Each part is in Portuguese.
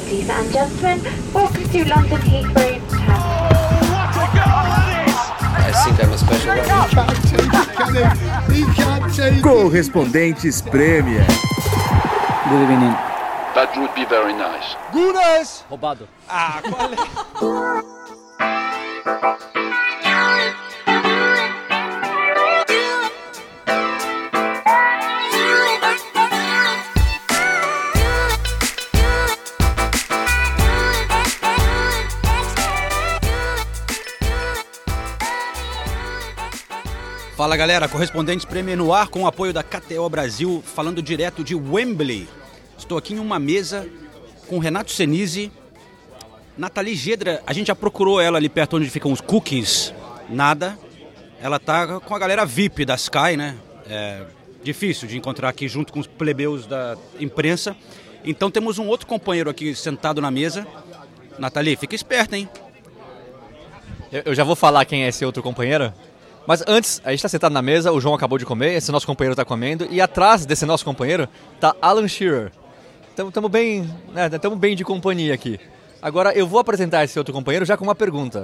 Ladies and gentlemen, welcome to London Heathrow Terminal. I think I'm a special one. Correspondentes Premier. Good evening. That would be very nice. Gunas! Roubado. Ah, qual é? Fala galera, Correspondentes Premier no ar com o apoio da KTO Brasil, falando direto de Wembley. Estou aqui em uma mesa com Renato Senise, Nathalie Gedra. A gente já procurou ela ali perto onde ficam os cookies, nada. Ela tá com a galera VIP da Sky, né? É difícil de encontrar aqui junto com os plebeus da imprensa. Então temos um outro companheiro aqui sentado na mesa. Nathalie, fica esperta, hein? Eu já vou falar quem é esse outro companheiro. Mas antes, a gente está sentado na mesa, o João acabou de comer, esse nosso companheiro está comendo, e atrás desse nosso companheiro está Alan Shearer. Estamos bem, né, bem de companhia aqui. Agora eu vou apresentar esse outro companheiro já com uma pergunta.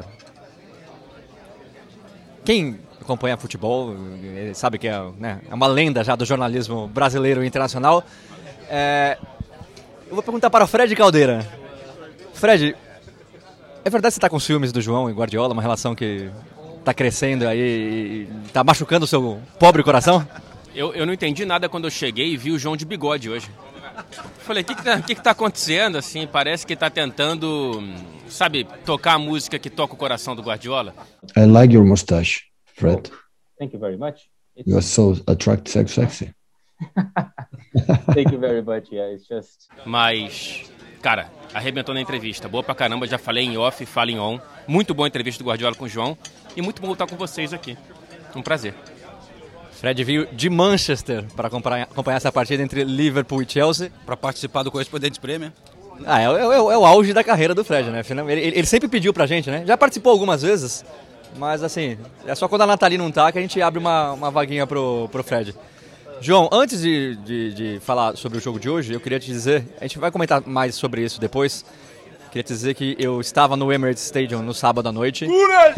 Quem acompanha futebol sabe que é uma lenda já do jornalismo brasileiro e internacional. Eu vou perguntar para o Fred Caldeira. Fred, é verdade que você está com ciúmes do João e Guardiola, uma relação que tá crescendo aí e tá machucando o seu pobre coração? Eu não entendi nada quando eu cheguei e vi o João de bigode hoje. Falei, o que tá acontecendo? Assim, parece que tá tentando, sabe, tocar a música que toca o coração do Guardiola. I like your mustache, Fred. Oh, thank you very much. You are so attractive, sexy. Thank you very much, yeah, it's just... Mas, cara, arrebentou na entrevista. Boa pra caramba, já falei em off, falo em on. Muito boa a entrevista do Guardiola com o João. E muito bom estar com vocês aqui. Um prazer. Fred veio de Manchester para acompanhar essa partida entre Liverpool e Chelsea. Para participar do Correspondentes Premier. É o auge da carreira do Fred, né? Ele sempre pediu pra gente, né? Já participou algumas vezes, mas assim, é só quando a Nathalie não tá que a gente abre uma vaguinha pro Fred. João, antes de falar sobre o jogo de hoje, eu queria te dizer, a gente vai comentar mais sobre isso depois. Queria te dizer que eu estava no Emirates Stadium no sábado à noite.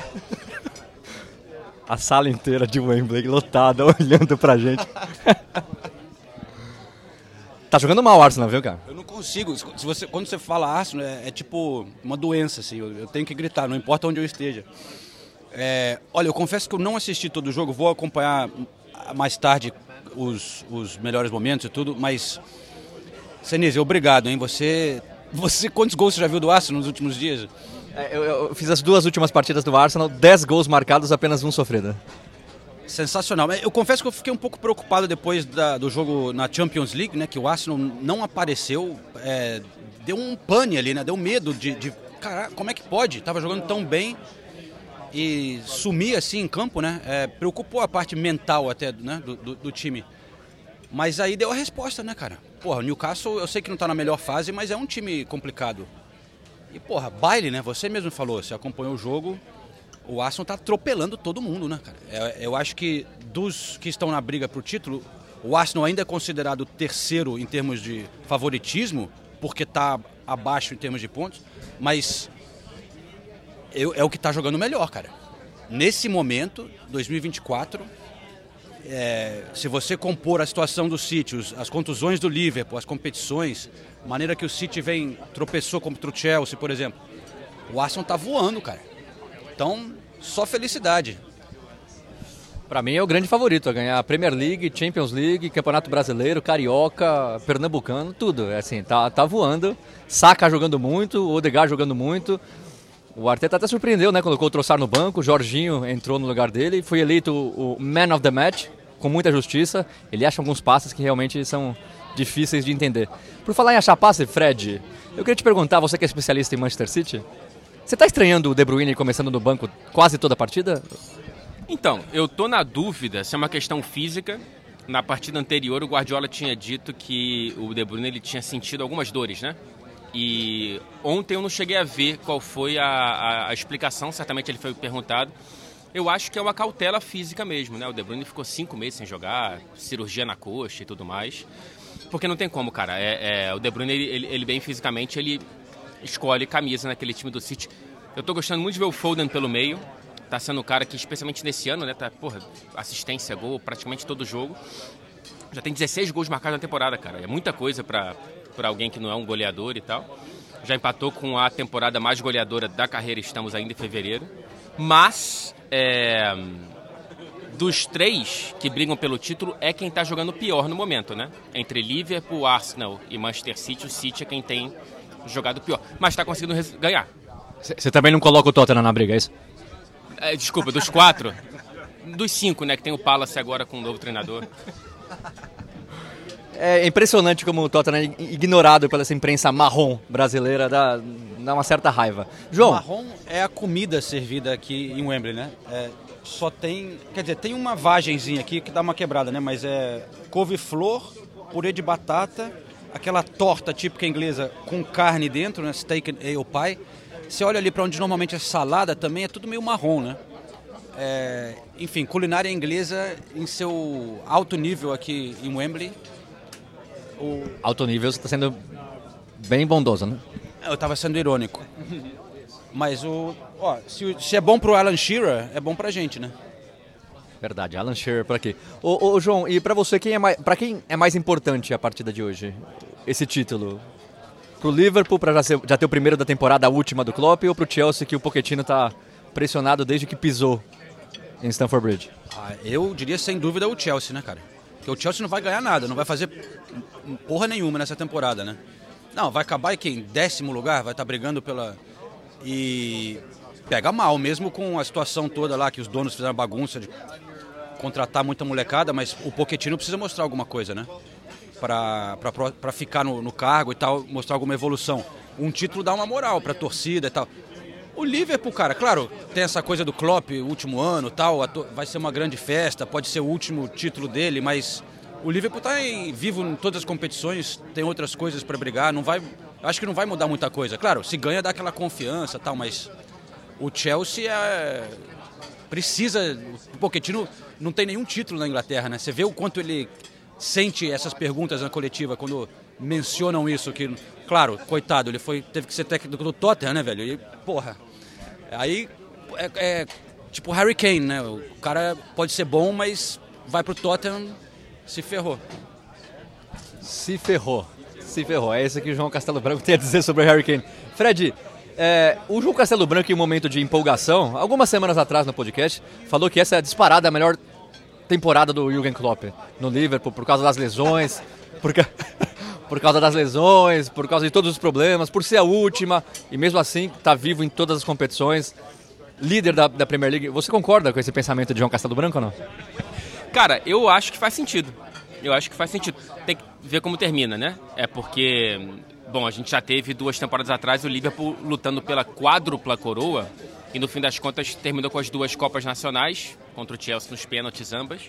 A sala inteira de Wembley lotada, olhando pra gente. Tá jogando mal o Arsenal, viu, cara? Eu não consigo. Quando você fala Arsenal, é tipo uma doença, assim. Eu tenho que gritar, não importa onde eu esteja. Olha, eu confesso que eu não assisti todo o jogo. Vou acompanhar mais tarde os melhores momentos e tudo. Mas, Senise, obrigado, hein? Você, quantos gols você já viu do Arsenal nos últimos dias? Eu fiz as 2 últimas partidas do Arsenal, 10 gols marcados, apenas 1 sofrido. Sensacional. Eu confesso que eu fiquei um pouco preocupado depois do jogo na Champions League, né? Que o Arsenal não apareceu. Deu um pane ali, né? Deu medo de caraca, como é que pode? Tava jogando tão bem e sumir assim em campo, né? Preocupou a parte mental até, né? do time. Mas aí deu a resposta, né, cara? Porra, o Newcastle eu sei que não tá na melhor fase, mas é um time complicado. E, porra, baile, né? Você mesmo falou, você acompanhou o jogo, o Arsenal tá atropelando todo mundo, né, cara? Eu acho que dos que estão na briga pro título, o Arsenal ainda é considerado terceiro em termos de favoritismo, porque tá abaixo em termos de pontos, mas é o que tá jogando melhor, cara. Nesse momento, 2024, se você compor a situação do City, as contusões do Liverpool, as competições, a maneira que o City tropeçou contra o Chelsea, por exemplo, o Arsenal tá voando, cara. Então, só felicidade. Pra mim é o grande favorito a ganhar a Premier League, Champions League, Campeonato Brasileiro, Carioca, Pernambucano, tudo. Assim, tá voando. Saka jogando muito, Odegaard jogando muito. O Arteta até surpreendeu, né? Colocou o Trossard no banco, o Jorginho entrou no lugar dele, foi eleito o Man of the Match, com muita justiça. Ele acha alguns passes que realmente são difíceis de entender. Por falar em achar passe, Fred, eu queria te perguntar, você que é especialista em Manchester City, você tá estranhando o De Bruyne começando no banco quase toda a partida? Então, eu tô na dúvida se é uma questão física. Na partida anterior, o Guardiola tinha dito que o De Bruyne ele tinha sentido algumas dores, né? E ontem eu não cheguei a ver qual foi a explicação, certamente ele foi perguntado. Eu acho que é uma cautela física mesmo, né? O De Bruyne ficou 5 meses sem jogar, cirurgia na coxa e tudo mais. Porque não tem como, cara. O De Bruyne, ele bem fisicamente, ele escolhe camisa naquele time do City. Eu tô gostando muito de ver o Foden pelo meio. Tá sendo um cara que, especialmente nesse ano, né? Tá, assistência, gol, praticamente todo jogo. Já tem 16 gols marcados na temporada, cara. É muita coisa pra alguém que não é um goleador e tal. Já empatou com a temporada mais goleadora da carreira, estamos ainda em fevereiro. Mas, dos 3 que brigam pelo título, é quem tá jogando pior no momento, né? Entre Liverpool, Arsenal e Manchester City, o City é quem tem jogado pior. Mas tá conseguindo ganhar. Você também não coloca o Tottenham na briga, é isso? Desculpa, dos 4, dos 5, né, que tem o Palace agora com um novo treinador. É impressionante como o Tottenham é ignorado pela essa imprensa marrom brasileira, dá uma certa raiva. João? Marrom é a comida servida aqui em Wembley, né? Só tem, quer dizer, tem uma vagenzinha aqui que dá uma quebrada, né? Mas é couve-flor, purê de batata, aquela torta típica inglesa com carne dentro, né? Steak and ale pie. Você olha ali para onde normalmente é salada, também é tudo meio marrom, né? Enfim, culinária inglesa em seu alto nível aqui em Wembley. Alto nível, você está sendo bem bondoso, né? Eu estava sendo irônico. Mas se é bom pro Alan Shearer, é bom pra gente, né? Verdade, Alan Shearer por aqui. Ô João, e para você, para quem é mais importante a partida de hoje? Esse título? Pro Liverpool, para já ter o primeiro da temporada, a última do Klopp, ou pro Chelsea, que o Pochettino tá pressionado desde que pisou em Stamford Bridge? Eu diria sem dúvida o Chelsea, né, cara? Porque o Chelsea não vai ganhar nada, não vai fazer porra nenhuma nessa temporada, né? Não, vai acabar em 10º lugar, vai estar brigando e pega mal, mesmo com a situação toda lá, que os donos fizeram bagunça de contratar muita molecada, mas o Pochettino precisa mostrar alguma coisa, né? Para ficar no cargo e tal, mostrar alguma evolução. Um título dá uma moral para a torcida e tal. O Liverpool, cara, claro, tem essa coisa do Klopp, último ano, tal, vai ser uma grande festa, pode ser o último título dele, mas o Liverpool tá vivo em todas as competições, tem outras coisas para brigar, acho que não vai mudar muita coisa. Claro, se ganha dá aquela confiança, tal, mas o Chelsea precisa, o Pochettino não tem nenhum título na Inglaterra, né? Você vê o quanto ele sente essas perguntas na coletiva quando mencionam isso, que, claro, coitado, ele teve que ser técnico do Tottenham, né, velho? E, porra, aí é tipo Harry Kane, né? O cara pode ser bom, mas vai pro Tottenham, se ferrou. Se ferrou. É isso que o João Castelo Branco tem a dizer sobre o Harry Kane. Fred, o João Castelo Branco, em um momento de empolgação, algumas semanas atrás no podcast, falou que essa é disparada a melhor temporada do Jürgen Klopp no Liverpool, por causa das lesões, por causa das lesões, por causa de todos os problemas, por ser a última, e mesmo assim está vivo em todas as competições, líder da Premier League. Você concorda com esse pensamento de João Castelo Branco ou não? Cara, eu acho que faz sentido. Tem que ver como termina, né? É porque, bom, a gente já teve 2 temporadas atrás o Liverpool lutando pela quádrupla coroa e no fim das contas terminou com as 2 Copas Nacionais contra o Chelsea nos pênaltis ambas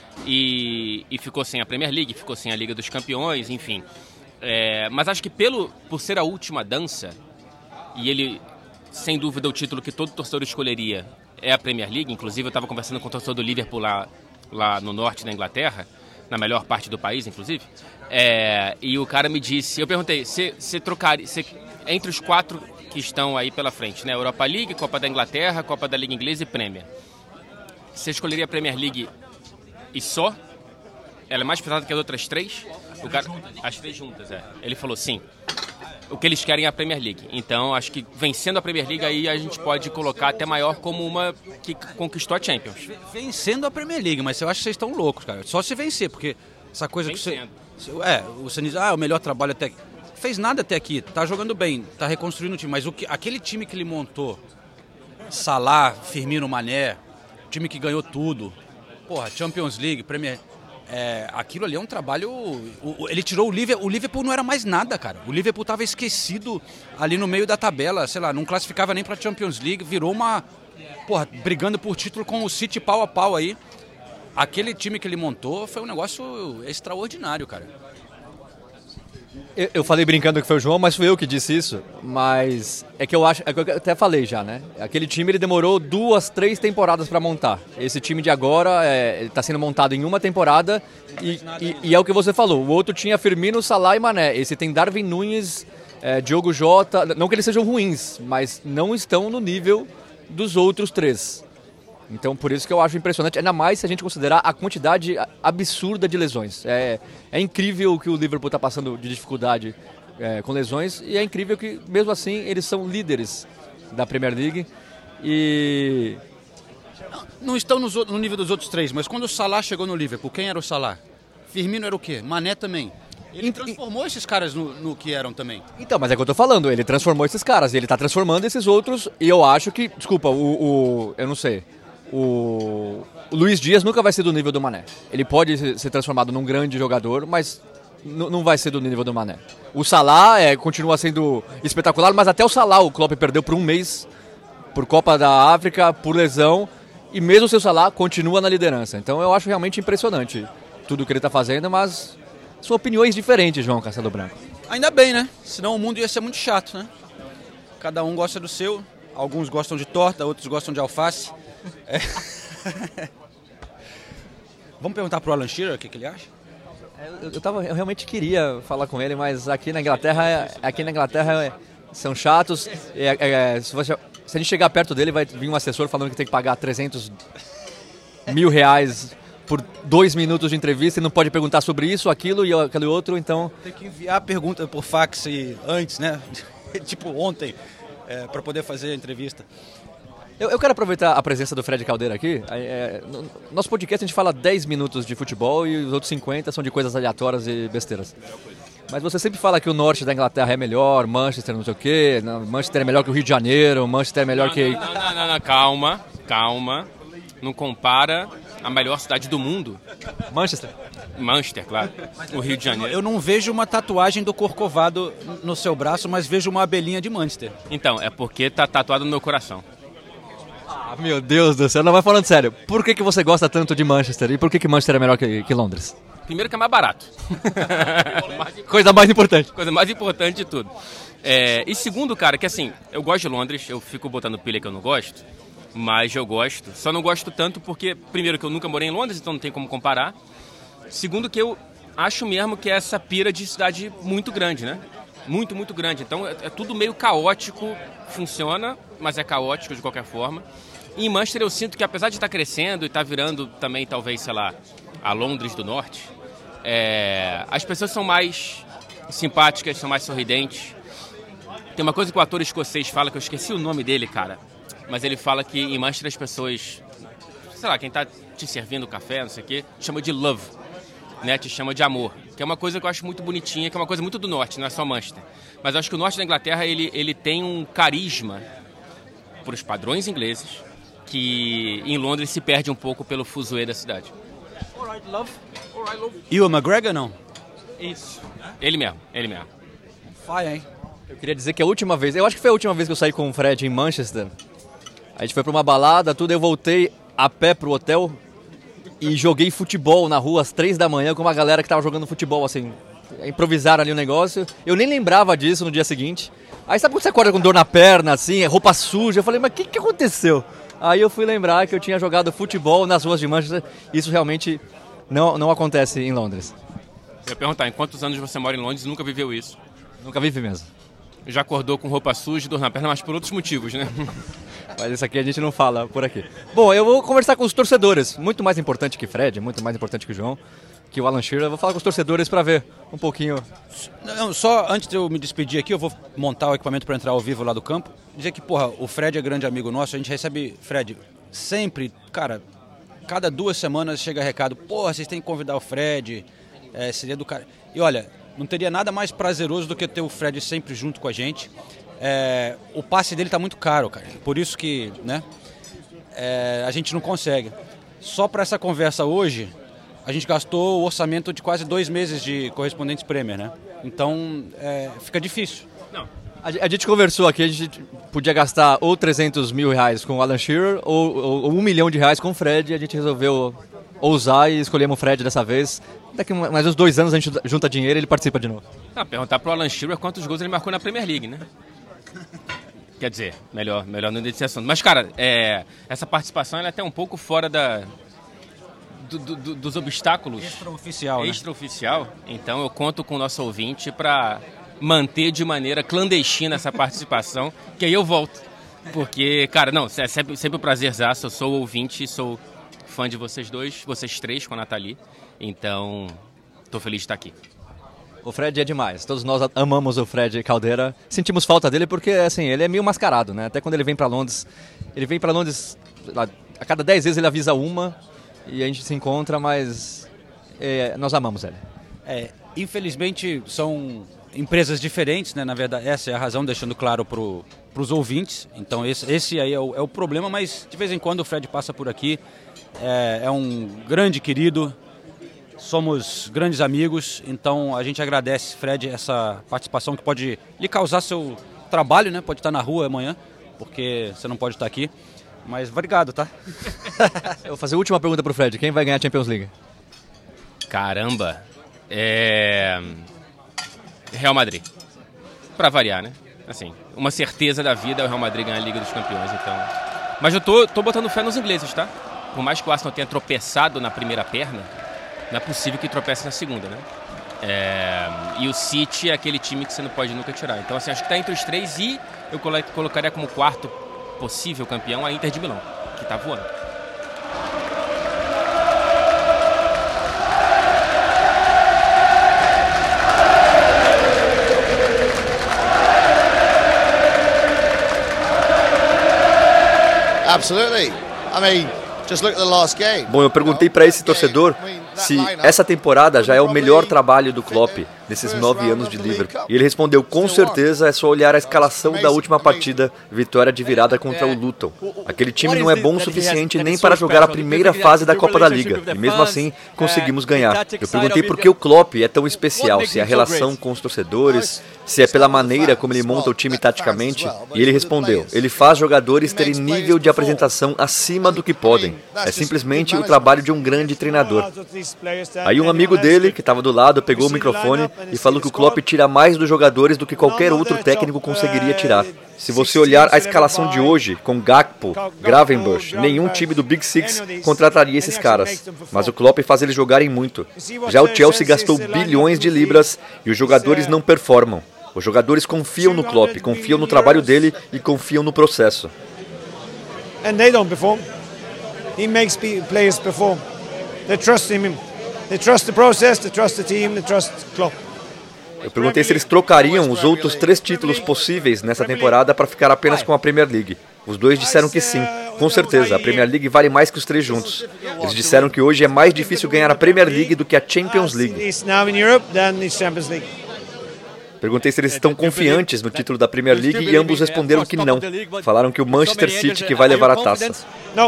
e ficou sem a Premier League, ficou sem a Liga dos Campeões, enfim. Mas acho que por ser a última dança e ele, sem dúvida, o título que todo torcedor escolheria é a Premier League. Inclusive eu estava conversando com o torcedor do Liverpool lá no norte da Inglaterra, na melhor parte do país, inclusive, e o cara me disse, eu perguntei, você trocaria, entre os 4 que estão aí pela frente, né, Europa League, Copa da Inglaterra, Copa da Liga Inglesa e Premier, você escolheria a Premier League e só? Ela é mais pesada que as outras 3? As 3 juntas, Ele falou sim. O que eles querem é a Premier League. Então, acho que vencendo a Premier League aí a gente pode colocar até maior como uma que conquistou a Champions. Vencendo a Premier League, mas eu acho que vocês estão loucos, cara. Só se vencer, porque essa coisa vencendo. Você diz, o melhor trabalho até aqui. Fez nada até aqui, tá jogando bem, tá reconstruindo o time, mas aquele time que ele montou, Salah, Firmino, Mané, time que ganhou tudo, porra, Champions League, Premier... aquilo ali é um trabalho... Ele tirou o Liverpool não era mais nada, cara. O Liverpool estava esquecido ali no meio da tabela, sei lá, não classificava nem para Champions League, virou brigando por título com o City pau a pau aí. Aquele time que ele montou foi um negócio extraordinário, cara. Eu falei brincando que foi o João, mas fui eu que disse isso. Mas é que eu acho, que eu até falei já, né? Aquele time ele demorou 2, 3 temporadas para montar. Esse time de agora está sendo montado em uma temporada e é o que você falou. O outro tinha Firmino, Salah e Mané. Esse tem Darwin Núñez, Diogo Jota, não que eles sejam ruins, mas não estão no nível dos outros 3. Então, por isso que eu acho impressionante, ainda mais se a gente considerar a quantidade absurda de lesões. É incrível o que o Liverpool está passando de dificuldade com lesões, e é incrível que, mesmo assim, eles são líderes da Premier League. E não estão no nível dos outros 3, mas quando o Salah chegou no Liverpool, quem era o Salah? Firmino era o quê? Mané também. Ele transformou esses caras no que eram também. Então, mas é o que eu tô falando, ele transformou esses caras, e ele tá transformando esses outros, e eu acho que, desculpa, eu não sei, o Luiz Dias nunca vai ser do nível do Mané. Ele pode ser transformado num grande jogador, mas não vai ser do nível do Mané. O Salah continua sendo espetacular, mas até o Salah o Klopp perdeu por um mês, por Copa da África, por lesão, e mesmo o seu Salah continua na liderança. Então eu acho realmente impressionante tudo que ele tá fazendo, mas são opiniões diferentes, João Castelo Branco. Ainda bem, né? Senão o mundo ia ser muito chato, né? Cada um gosta do seu, alguns gostam de torta, outros gostam de alface. Vamos perguntar pro Alan Shearer o que ele acha? Eu realmente queria falar com ele, mas aqui na Inglaterra são chatos. Se a gente chegar perto dele, vai vir um assessor falando que tem que pagar 300 mil reais por 2 minutos de entrevista e não pode perguntar sobre isso, aquilo e aquele outro, então... Tem que enviar a pergunta por fax antes, né? Tipo ontem, para poder fazer a entrevista. Eu quero aproveitar a presença do Fred Caldeira aqui. No nosso podcast a gente fala 10 minutos de futebol e os outros 50 são de coisas aleatórias e besteiras. Mas você sempre fala que o norte da Inglaterra é melhor, Manchester não sei o quê, Manchester é melhor que o Rio de Janeiro, Manchester é melhor que... Não, calma. Não compara a melhor cidade do mundo. Manchester, claro. O Rio de Janeiro. Eu não vejo uma tatuagem do Corcovado no seu braço, mas vejo uma abelhinha de Manchester. Então, é porque tá tatuado no meu coração. Ah, meu Deus do céu, não vai falando sério. Por que você gosta tanto de Manchester e por que Manchester é melhor que Londres? Primeiro que é mais barato. Coisa mais importante. Coisa mais importante de tudo. E segundo, cara, que assim, eu gosto de Londres, eu fico botando pilha que eu não gosto, mas eu gosto. Só não gosto tanto porque, primeiro, que eu nunca morei em Londres, então não tem como comparar. Segundo, que eu acho mesmo que é essa pira de cidade muito grande, né? Muito, muito grande. Então é tudo meio caótico, funciona, mas é caótico de qualquer forma. E em Manchester eu sinto que, apesar de estar crescendo e estar virando também, talvez, sei lá, a Londres do Norte, as pessoas são mais simpáticas, são mais sorridentes. Tem uma coisa que o ator escocês fala, que eu esqueci o nome dele, cara, mas ele fala que em Manchester as pessoas, sei lá, quem tá te servindo café, não sei o quê, chama de love, né? Te chama de amor, que é uma coisa que eu acho muito bonitinha, que é uma coisa muito do norte, não é só Manchester. Mas eu acho que o norte da Inglaterra, ele tem um carisma para os padrões ingleses, que em Londres se perde um pouco pelo fuzuê da cidade. Alright, love. Alright, love. E o McGregor, não? Isso. Ele mesmo. Vai, hein? Eu queria dizer que a última vez, eu acho que foi a última vez que eu saí com o Fred em Manchester. A gente foi pra uma balada, tudo, eu voltei a pé pro hotel e joguei futebol na rua às 3 da manhã com uma galera que tava jogando futebol, assim, improvisaram ali o negócio. Eu nem lembrava disso no dia seguinte. Aí sabe quando você acorda com dor na perna, assim, roupa suja? Eu falei, mas o que aconteceu? Aí eu fui lembrar que eu tinha jogado futebol nas ruas de Manchester. Isso realmente não acontece em Londres. Eu ia perguntar, em quantos anos você mora em Londres e nunca viveu isso? Nunca vivi mesmo. Já acordou com roupa suja e dor na perna, mas por outros motivos, né? Mas isso aqui a gente não fala por aqui. Bom, eu vou conversar com os torcedores. Muito mais importante que Fred, muito mais importante que o João, que o Alan Shearer. Eu vou falar com os torcedores para ver um pouquinho. Não, só antes de eu me despedir aqui, eu vou montar o equipamento para entrar ao vivo lá do campo. Dizer que, porra, o Fred é grande amigo nosso. A gente recebe, Fred, sempre, cara, cada 2 semanas chega recado. Porra, vocês têm que convidar o Fred. Seria do cara. E olha, não teria nada mais prazeroso do que ter o Fred sempre junto com a gente. O passe dele tá muito caro, cara. Por isso que, né, a gente não consegue. Só para essa conversa hoje, a gente gastou o orçamento de quase 2 meses de Correspondentes Premier, né? Então, fica difícil. Não. A gente conversou aqui, a gente podia gastar ou 300 mil reais com o Alan Shearer ou 1 milhão de reais com o Fred, e a gente resolveu ousar e escolhemos o Fred dessa vez. Daqui mais uns 2 anos a gente junta dinheiro e ele participa de novo. Perguntar pro Alan Shearer quantos gols ele marcou na Premier League, né? Quer dizer, melhor não desse assunto. Mas, cara, essa participação ela é até um pouco fora dos obstáculos. Extraoficial, né? Extraoficial. Então eu conto com o nosso ouvinte para manter de maneira clandestina essa participação, que aí eu volto. Porque, cara, não, é sempre um prazerzaço. Eu sou ouvinte, sou fã de vocês dois, vocês três com a Nathalie. Então, tô feliz de estar aqui. O Fred é demais. Todos nós amamos o Fred Caldeira. Sentimos falta dele porque, assim, ele é meio mascarado, né? Até quando ele vem para Londres, a cada 10 vezes ele avisa uma e a gente se encontra, mas nós amamos ele. Infelizmente são empresas diferentes, né? Na verdade, essa é a razão, deixando claro para os ouvintes. Então esse aí é o problema, mas de vez em quando o Fred passa por aqui. É um grande querido, somos grandes amigos, então a gente agradece, Fred, essa participação que pode lhe causar seu trabalho, né? Pode estar na rua amanhã, porque você não pode estar aqui. Mas obrigado, tá? Eu vou fazer a última pergunta pro Fred. Quem vai ganhar a Champions League? Caramba. Real Madrid. Pra variar, né? Assim, uma certeza da vida é o Real Madrid ganhar a Liga dos Campeões, então... Mas eu tô botando fé nos ingleses, tá? Por mais que o Arsenal tenha tropeçado na primeira perna, não é possível que tropece na segunda, né? E o City é aquele time que você não pode nunca tirar. Então, assim, acho que tá entre os três e eu colocaria como quarto possível campeão a Inter de Milão, que tá voando. Absolutely. I mean, just look at the last game. Bom, eu perguntei para esse torcedor se essa temporada já é o melhor trabalho do Klopp nesses 9 anos de Liverpool. E ele respondeu, com certeza, é só olhar a escalação da última partida, vitória de virada contra o Luton. Aquele time não é bom o suficiente nem para jogar a primeira fase da Copa da Liga, e mesmo assim conseguimos ganhar. Eu perguntei por que o Klopp é tão especial, se é a relação com os torcedores, se é pela maneira como ele monta o time taticamente, e ele respondeu, ele faz jogadores terem nível de apresentação acima do que podem. É simplesmente o trabalho de um grande treinador. Aí um amigo dele, que estava do lado, pegou o microfone e falou que o Klopp tira mais dos jogadores do que qualquer outro técnico conseguiria tirar. Se você olhar a escalação de hoje, com Gakpo, Gravenberch, nenhum time do Big Six contrataria esses caras. Mas o Klopp faz eles jogarem muito. Já o Chelsea gastou bilhões de libras e os jogadores não performam. Os jogadores confiam no Klopp, confiam no trabalho dele e confiam no processo. And they don't perform. He makes players perform. They trust him. They trust the process, they trust the team, they trust Klopp. Eu perguntei se eles trocariam os outros 3 títulos possíveis nessa temporada para ficar apenas com a Premier League. Os dois disseram que sim, com certeza, a Premier League vale mais que os 3 juntos. Eles disseram que hoje é mais difícil ganhar a Premier League do que a Champions League. Perguntei se eles estão confiantes no título da Premier League e ambos responderam que não. Falaram que o Manchester City que vai levar a taça. Não.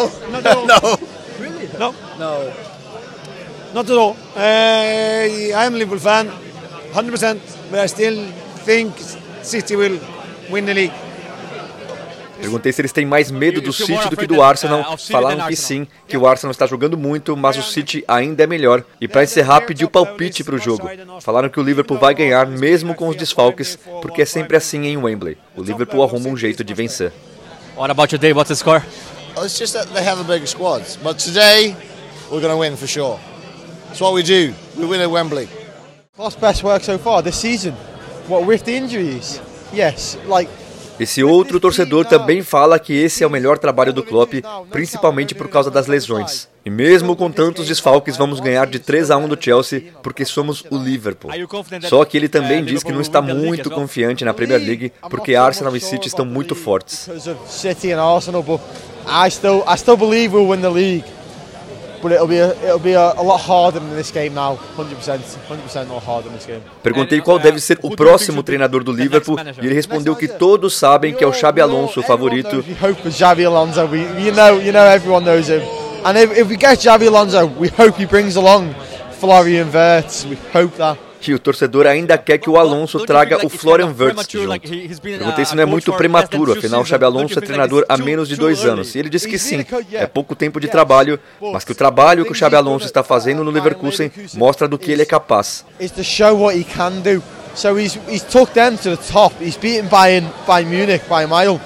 Not at all. I am a Liverpool fan, 100%, but I still think City will win the league. Perguntei se eles têm mais medo do City do que do Arsenal. Falaram que sim, que o Arsenal está jogando muito, mas o City ainda é melhor. E para encerrar, pediu palpite para o jogo. Falaram que o Liverpool vai ganhar mesmo com os desfalques, porque é sempre assim em Wembley. O Liverpool arruma um jeito de vencer. What about today? What's the score? It's just that they have a bigger squad. But today, we're going to win for sure. It's what we do. We win at Wembley. What's best work so far this season? What, with the injuries? Yes, Esse outro torcedor também fala que esse é o melhor trabalho do Klopp, principalmente por causa das lesões. E mesmo com tantos desfalques, vamos ganhar de 3-1 do Chelsea, porque somos o Liverpool. Só que ele também diz que não está muito confiante na Premier League, porque Arsenal e City estão muito fortes. City and Arsenal, but I still believe we'll win the league. But it'll be a lot harder than this game now, 100% a lot harder than this game. Perguntei qual deve ser o próximo treinador do Liverpool e ele respondeu que todos sabem que é o Xabi Alonso o favorito. We hope for Xabi Alonso. You know everyone knows him. And if we get Xabi Alonso, we hope he brings along Florian Wirtz. We hope that. E o torcedor ainda quer que o Alonso traga o Florian Wirtz junto. Perguntei se não é muito prematuro, afinal o Xabi Alonso é treinador há menos de 2 anos. E ele disse que sim, é pouco tempo de trabalho, mas que o trabalho que o Xabi Alonso está fazendo no Leverkusen mostra do que ele é capaz. It's to show what he can do. So he's took them to the top. He's beaten Bayern by Munich by a mile.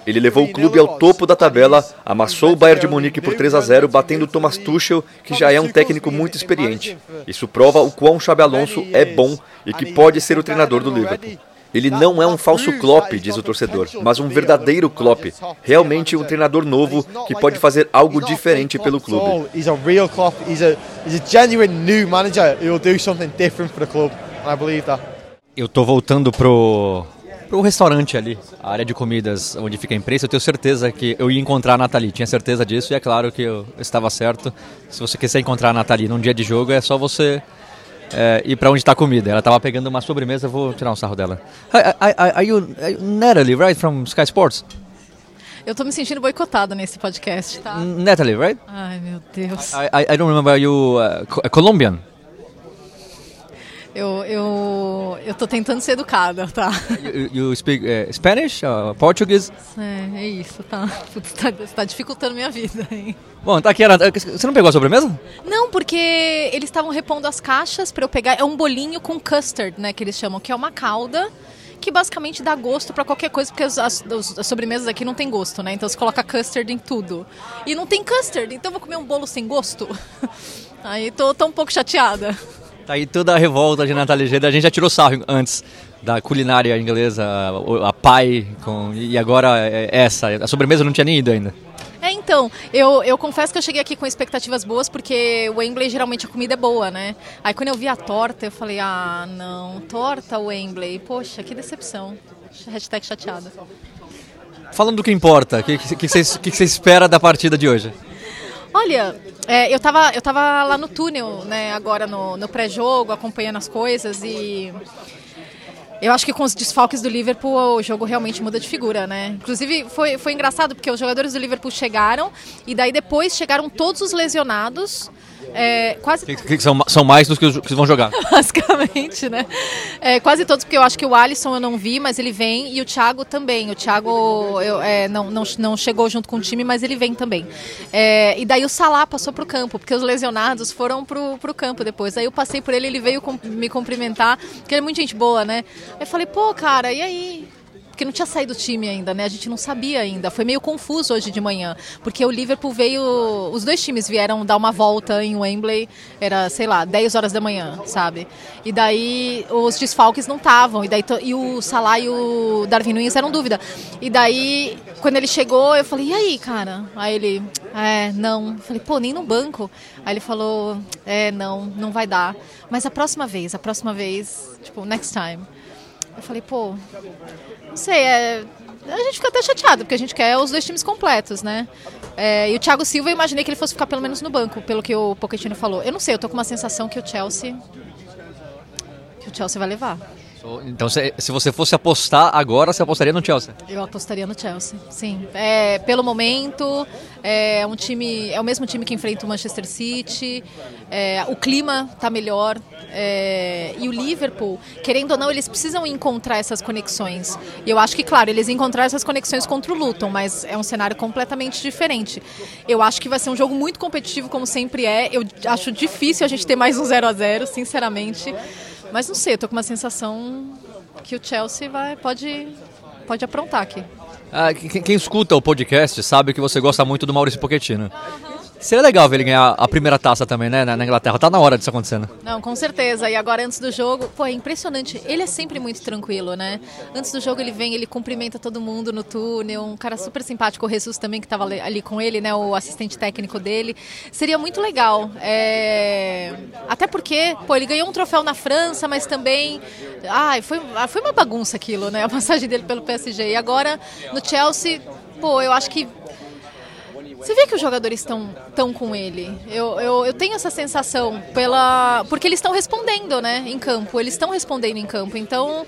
Ele levou o clube ao topo da tabela, amassou o Bayern de Munique por 3-0, batendo Thomas Tuchel, que já é um técnico muito experiente. Isso prova o quão Xabi Alonso é bom e que pode ser o treinador do Liverpool. Ele não é um falso Klopp, diz o torcedor, mas um verdadeiro Klopp. Realmente um treinador novo que pode fazer algo diferente pelo clube. He's a real Klopp. He's a genuine new manager who will do something different for the club. And I believe that. Eu tô voltando pro restaurante ali, a área de comidas onde fica a imprensa. Eu tenho certeza que eu ia encontrar a Nathalie, tinha certeza disso e é claro que eu estava certo. Se você quiser encontrar a Nathalie num dia de jogo, é só você ir para onde está a comida. Ela estava pegando uma sobremesa, eu vou tirar um sarro dela. Are you Natalie, right, from Sky Sports? Eu tô me sentindo boicotada nesse podcast, tá? Natalie, right? Ai, meu Deus. I don't remember, are you Colombian? Eu tô tentando ser educada, tá? You speak Spanish, Portuguese? É isso, tá. Putz, tá dificultando minha vida, hein? Bom, tá aqui. Você não pegou a sobremesa? Não, porque eles estavam repondo as caixas pra eu pegar. É um bolinho com custard, né, que eles chamam, que é uma calda que basicamente dá gosto pra qualquer coisa, porque as sobremesas aqui não tem gosto, né? Então você coloca custard em tudo. E não tem custard, então eu vou comer um bolo sem gosto? Aí tô um pouco chateada. Tá aí toda a revolta de Nathalie Geda. A gente já tirou sarro antes da culinária inglesa, a pie, e agora essa. A sobremesa não tinha nem ido ainda. Então, eu confesso que eu cheguei aqui com expectativas boas, porque o Wembley geralmente a comida é boa, né? Aí quando eu vi a torta, eu falei, não, torta Wembley, poxa, que decepção. Hashtag chateada. Falando do que importa, o que você espera da partida de hoje? Olha, eu tava lá no túnel, né, agora no pré-jogo, acompanhando as coisas e eu acho que com os desfalques do Liverpool o jogo realmente muda de figura, né? Inclusive foi engraçado porque os jogadores do Liverpool chegaram e daí depois chegaram todos os lesionados. Quase que são mais dos que vão jogar. Basicamente, né? Quase todos, porque eu acho que o Alisson eu não vi, mas ele vem, e o Thiago também. O Thiago não chegou junto com o time, mas ele vem também. E daí o Salah passou pro campo, porque os lesionados foram pro campo depois. Aí eu passei por ele, ele veio me cumprimentar, porque ele é muito gente boa, né? Aí eu falei, pô, cara, e aí? Porque não tinha saído o time ainda, né? A gente não sabia ainda. Foi meio confuso hoje de manhã, porque o Liverpool veio... Os dois times vieram dar uma volta em Wembley, era, sei lá, 10 horas da manhã, sabe? E daí os desfalques não estavam, e o Salah e o Darwin Núñez eram dúvida. E daí, quando ele chegou, eu falei, e aí, cara? Aí ele, não. Eu falei, pô, nem no banco. Aí ele falou, não vai dar. Mas a próxima vez, tipo, next time. Eu falei, pô... Não sei, a gente fica até chateado, porque a gente quer os dois times completos, né? E o Thiago Silva, eu imaginei que ele fosse ficar pelo menos no banco, pelo que o Pochettino falou. Eu não sei, eu tô com uma sensação que o Chelsea vai levar. Então, se você fosse apostar agora, você apostaria no Chelsea? Eu apostaria no Chelsea, sim. Pelo momento, é o mesmo time que enfrenta o Manchester City, o clima está melhor, e o Liverpool, querendo ou não, eles precisam encontrar essas conexões. E eu acho que, claro, eles encontraram essas conexões contra o Luton, mas é um cenário completamente diferente. Eu acho que vai ser um jogo muito competitivo, como sempre é. Eu acho difícil a gente ter mais um 0-0, sinceramente. Mas não sei, eu tô com uma sensação que o Chelsea pode aprontar aqui. Quem escuta o podcast sabe que você gosta muito do Maurício Pochettino. Seria legal ver ele ganhar a primeira taça também, né, na Inglaterra. Tá na hora disso acontecendo. Não, com certeza. E agora, antes do jogo, é impressionante. Ele é sempre muito tranquilo, né? Antes do jogo, ele vem, ele cumprimenta todo mundo no túnel. Um cara super simpático. O Jesus também, que tava ali com ele, né? O assistente técnico dele. Seria muito legal. Até porque, ele ganhou um troféu na França, mas também... foi uma bagunça aquilo, né? A passagem dele pelo PSG. E agora, no Chelsea, eu acho que você vê que os jogadores estão com ele. Eu tenho essa sensação porque eles estão respondendo, né, em campo. Eles estão respondendo em campo. Então,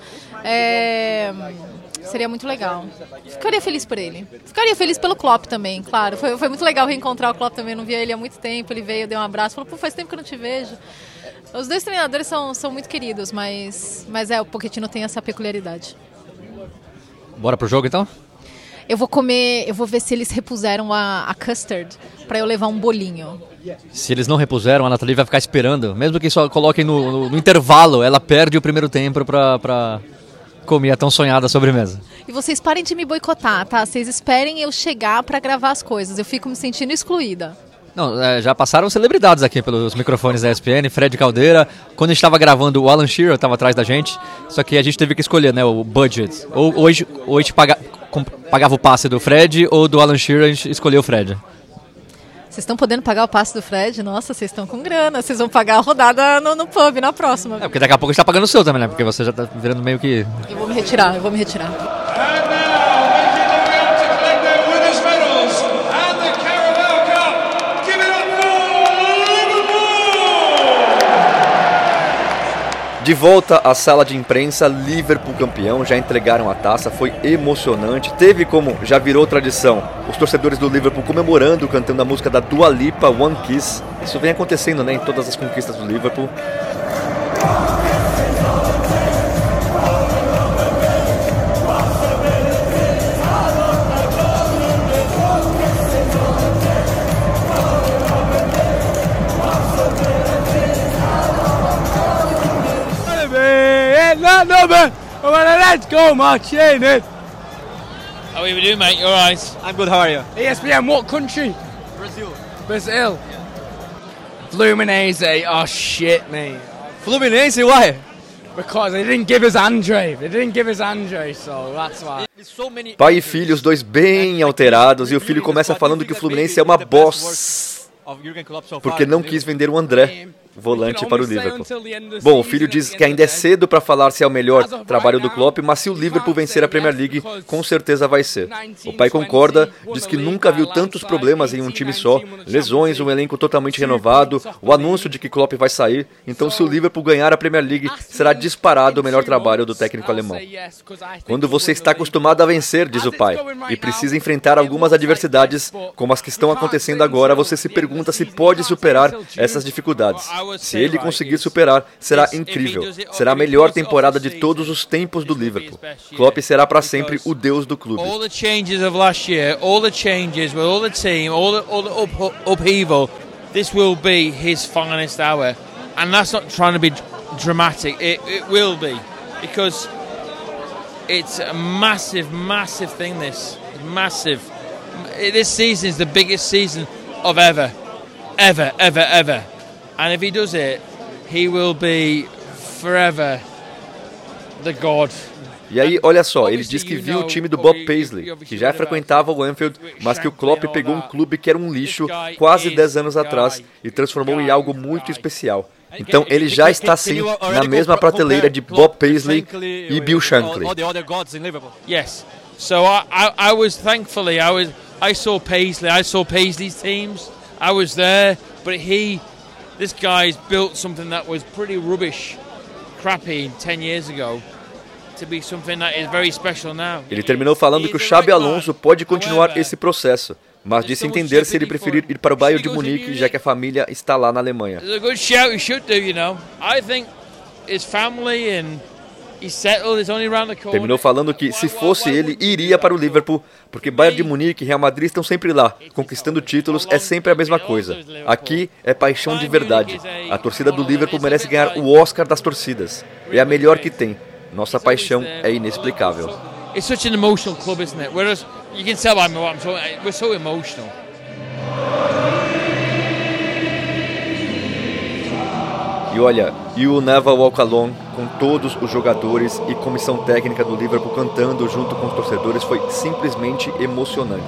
seria muito legal. Ficaria feliz por ele. Ficaria feliz pelo Klopp também, claro. Foi muito legal reencontrar o Klopp também. Eu não via ele há muito tempo. Ele veio, deu um abraço. Falou, faz tempo que eu não te vejo. Os dois treinadores são muito queridos, mas o Pochettino tem essa peculiaridade. Bora pro jogo, então? Eu vou ver se eles repuseram a custard para eu levar um bolinho. Se eles não repuseram, a Nathalie vai ficar esperando. Mesmo que só coloquem no intervalo, ela perde o primeiro tempo para comer a tão sonhada sobremesa. E vocês parem de me boicotar, tá? Vocês esperem eu chegar pra gravar as coisas. Eu fico me sentindo excluída. Não, já passaram celebridades aqui pelos microfones da ESPN, Fred Caldeira. Quando a gente estava gravando, o Alan Shearer estava atrás da gente, só que a gente teve que escolher, né, o budget. Ou a gente pagava o passe do Fred, ou do Alan Shearer a gente escolheu o Fred. Vocês estão podendo pagar o passe do Fred? Nossa, vocês estão com grana. Vocês vão pagar a rodada no pub, na próxima. Porque daqui a pouco a gente tá pagando o seu também, né? Porque você já tá virando meio que... Eu vou me retirar. De volta à sala de imprensa, Liverpool campeão, já entregaram a taça, foi emocionante. Teve, como já virou tradição, os torcedores do Liverpool comemorando, cantando a música da Dua Lipa, One Kiss. Isso vem acontecendo, né, em todas as conquistas do Liverpool. Let's go, Martinez! How are you doing, mate? You alright? I'm good, how are you? ESPN, what country? Brazil. Fluminense, oh shit, mate. Fluminense, why? Because they didn't give us Andre. So that's why. Pai e filho, os dois bem alterados, e o filho começa falando que o Fluminense é uma boss, porque não quis vender o André, volante para o Liverpool. Bom, o filho diz que ainda é cedo para falar se é o melhor trabalho do Klopp, mas se o Liverpool vencer a Premier League, com certeza vai ser. O pai concorda, diz que nunca viu tantos problemas em um time só, lesões, um elenco totalmente renovado, o anúncio de que Klopp vai sair, então se o Liverpool ganhar a Premier League, será disparado o melhor trabalho do técnico alemão. Quando você está acostumado a vencer, diz o pai, e precisa enfrentar algumas adversidades, como as que estão acontecendo agora, você se pergunta se pode superar essas dificuldades. Se ele conseguir superar, será incrível. Será a melhor temporada de todos os tempos do Liverpool. Klopp será para sempre o deus do clube. All the changes of last year, all the changes with all the team, all the upheaval, this will be his finest hour. And that's not trying to be dramatic. It will be, because it's a massive thing. This massive. This season is the biggest season of ever. And if he does it, he will be forever the God. E aí, olha só, ele diz que viu o time do Bob Paisley, que já frequentava o Anfield, mas que o Klopp pegou um clube que era um lixo quase 10 anos atrás e transformou em algo muito especial. Então ele já está sim na mesma prateleira de Bob Paisley e Bill Shankly. Yes. So I was thankfully I saw Paisley's teams. I was there, but this guy's built something that was pretty rubbish, crappy 10 years ago, to be something that is very special now. Ele terminou falando que o Xabi Alonso pode continuar esse processo, mas disse entender se ele preferir ir para o Bayern de Munique, já que a família está lá na Alemanha. It's a good shout, he should do, you know. I think his family and he's settled, he's only around the corner. Terminou falando que, se fosse ele, iria para o Liverpool, porque Bayern de Munique e Real Madrid estão sempre lá, conquistando títulos, é sempre a mesma coisa. Aqui é paixão de verdade. A torcida do Liverpool merece ganhar o Oscar das torcidas. É a melhor que tem. Nossa paixão é inexplicável. It's such an emotional club, isn't it? Whereas you can tell by what I'm talking, we're so emotional. E olha, You Will Never Walk Alone, com todos os jogadores e comissão técnica do Liverpool cantando junto com os torcedores, foi simplesmente emocionante.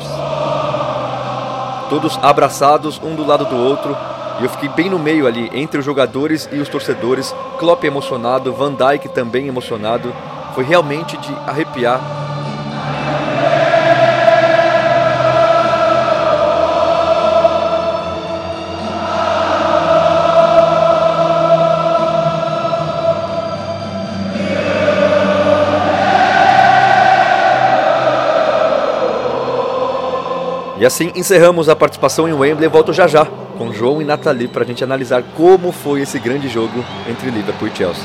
Todos abraçados, um do lado do outro, e eu fiquei bem no meio ali, entre os jogadores e os torcedores. Klopp emocionado, Van Dijk também emocionado, foi realmente de arrepiar. E assim encerramos a participação em Wembley. Volto já com João e Nathalie para a gente analisar como foi esse grande jogo entre Liverpool e Chelsea.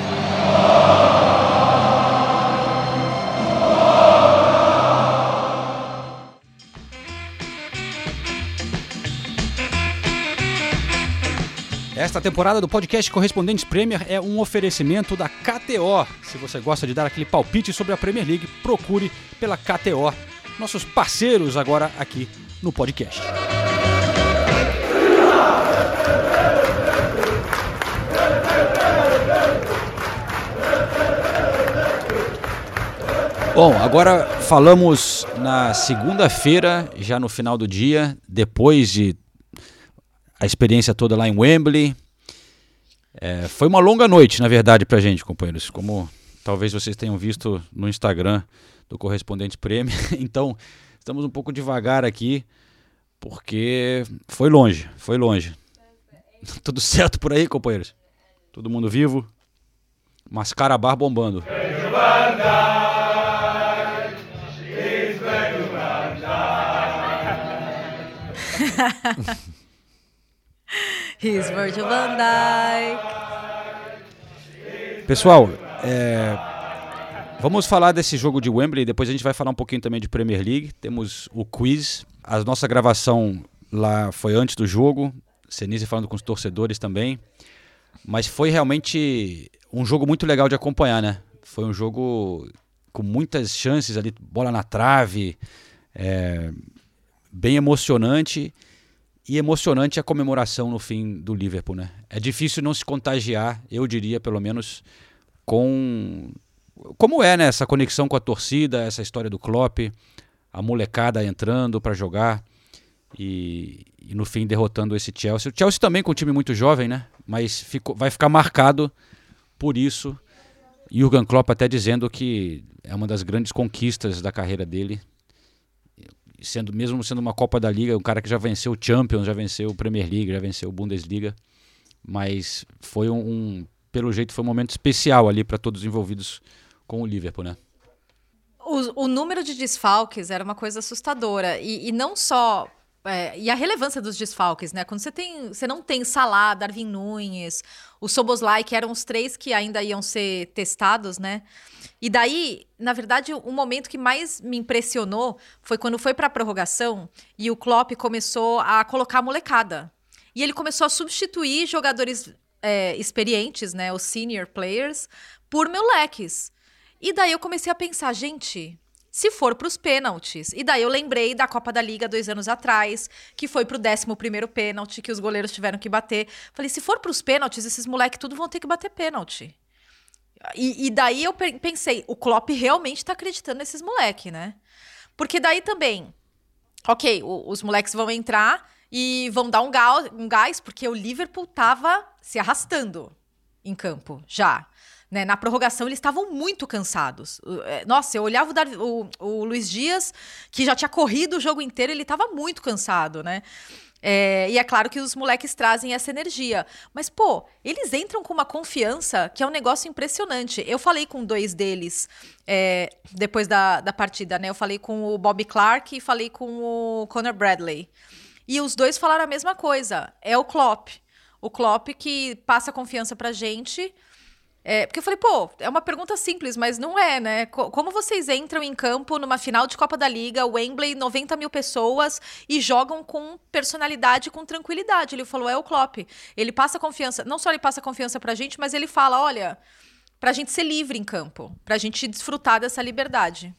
Esta temporada do podcast Correspondentes Premier é um oferecimento da KTO. Se você gosta de dar aquele palpite sobre a Premier League, procure pela KTO. Nossos parceiros agora aqui no podcast. Bom, agora falamos na segunda-feira, já no final do dia, depois de a experiência toda lá em Wembley. Foi uma longa noite, na verdade, pra gente, companheiros, como talvez vocês tenham visto no Instagram do Correspondente Premier. Então, estamos um pouco devagar aqui, porque foi longe. Tudo certo por aí, companheiros? Todo mundo vivo? Mascarabar bombando. He's Virgil van Dijk. Pessoal, vamos falar desse jogo de Wembley, depois a gente vai falar um pouquinho também de Premier League. Temos o quiz, a nossa gravação lá foi antes do jogo, Senise falando com os torcedores também, mas foi realmente um jogo muito legal de acompanhar, né? Foi um jogo com muitas chances ali, bola na trave, bem emocionante. E emocionante a comemoração no fim do Liverpool, né? É difícil não se contagiar, eu diria, pelo menos, com... Como é, né? Essa conexão com a torcida, essa história do Klopp, a molecada entrando para jogar e no fim derrotando esse Chelsea. O Chelsea também com um time muito jovem, né? Mas vai ficar marcado por isso. Jürgen Klopp até dizendo que é uma das grandes conquistas da carreira dele. Mesmo sendo uma Copa da Liga, um cara que já venceu o Champions, já venceu o Premier League, já venceu o Bundesliga, mas foi pelo jeito foi um momento especial ali para todos os envolvidos com o Liverpool, né? O número de desfalques era uma coisa assustadora e não só e a relevância dos desfalques, né? Quando você não tem Salah, Darwin Núñez, o Szoboszlai, que eram os 3 que ainda iam ser testados, né? E daí, na verdade, o momento que mais me impressionou foi quando foi para a prorrogação e o Klopp começou a colocar a molecada. E ele começou a substituir jogadores experientes, né, os senior players, por moleques. E daí eu comecei a pensar, gente, se for para os pênaltis. E daí eu lembrei da Copa da Liga 2 anos atrás, que foi pro 11º pênalti, que os goleiros tiveram que bater. Falei, se for para os pênaltis, esses moleques tudo vão ter que bater pênalti. E daí eu pensei, o Klopp realmente tá acreditando nesses moleques, né? Porque daí também, ok, os moleques vão entrar e vão dar um gás, porque o Liverpool tava se arrastando em campo, já. Né? Na prorrogação eles estavam muito cansados. Nossa, eu olhava o Luiz Dias, que já tinha corrido o jogo inteiro, ele tava muito cansado, né? E é claro que os moleques trazem essa energia. Mas, pô, eles entram com uma confiança que é um negócio impressionante. Eu falei com 2 deles depois da partida, né? Eu falei com o Bobby Clark e falei com o Conor Bradley. E os 2 falaram a mesma coisa. É o Klopp. O Klopp que passa confiança pra gente... porque eu falei, pô, é uma pergunta simples, mas não é, né? Como vocês entram em campo numa final de Copa da Liga, Wembley, 90 mil pessoas, e jogam com personalidade, com tranquilidade? Ele falou, é o Klopp. Ele passa confiança, não só ele passa confiança pra gente, mas ele fala, olha, pra gente ser livre em campo, pra gente desfrutar dessa liberdade.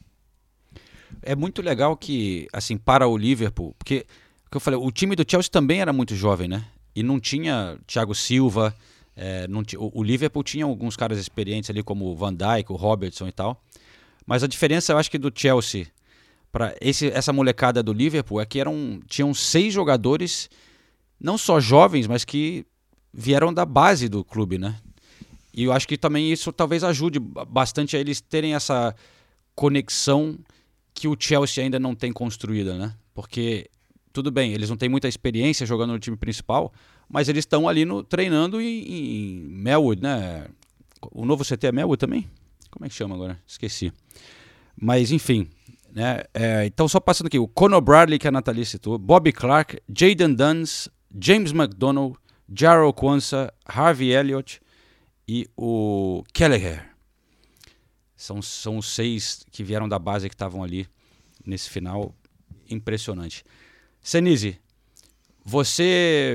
É muito legal que, assim, para o Liverpool, porque, como eu falei, o time do Chelsea também era muito jovem, né? E não tinha Thiago Silva... o Liverpool tinha alguns caras experientes ali, como o Van Dijk, o Robertson e tal. Mas a diferença, eu acho que do Chelsea para essa molecada do Liverpool é que tinham 6 jogadores, não só jovens, mas que vieram da base do clube, né? E eu acho que também isso talvez ajude bastante a eles terem essa conexão que o Chelsea ainda não tem construída, né? Porque, tudo bem, eles não têm muita experiência jogando no time principal, mas eles estão ali treinando em Melwood, né? O novo CT é Melwood também? Como é que chama agora? Esqueci. Mas, enfim, né? Então, só passando aqui, o Conor Bradley, que a Nathalie citou, Bobby Clark, Jayden Duns, James McDonald, Jarrell Quansah, Harvey Elliott e o Kelleher. São os 6 que vieram da base que estavam ali nesse final. Impressionante. Senise, você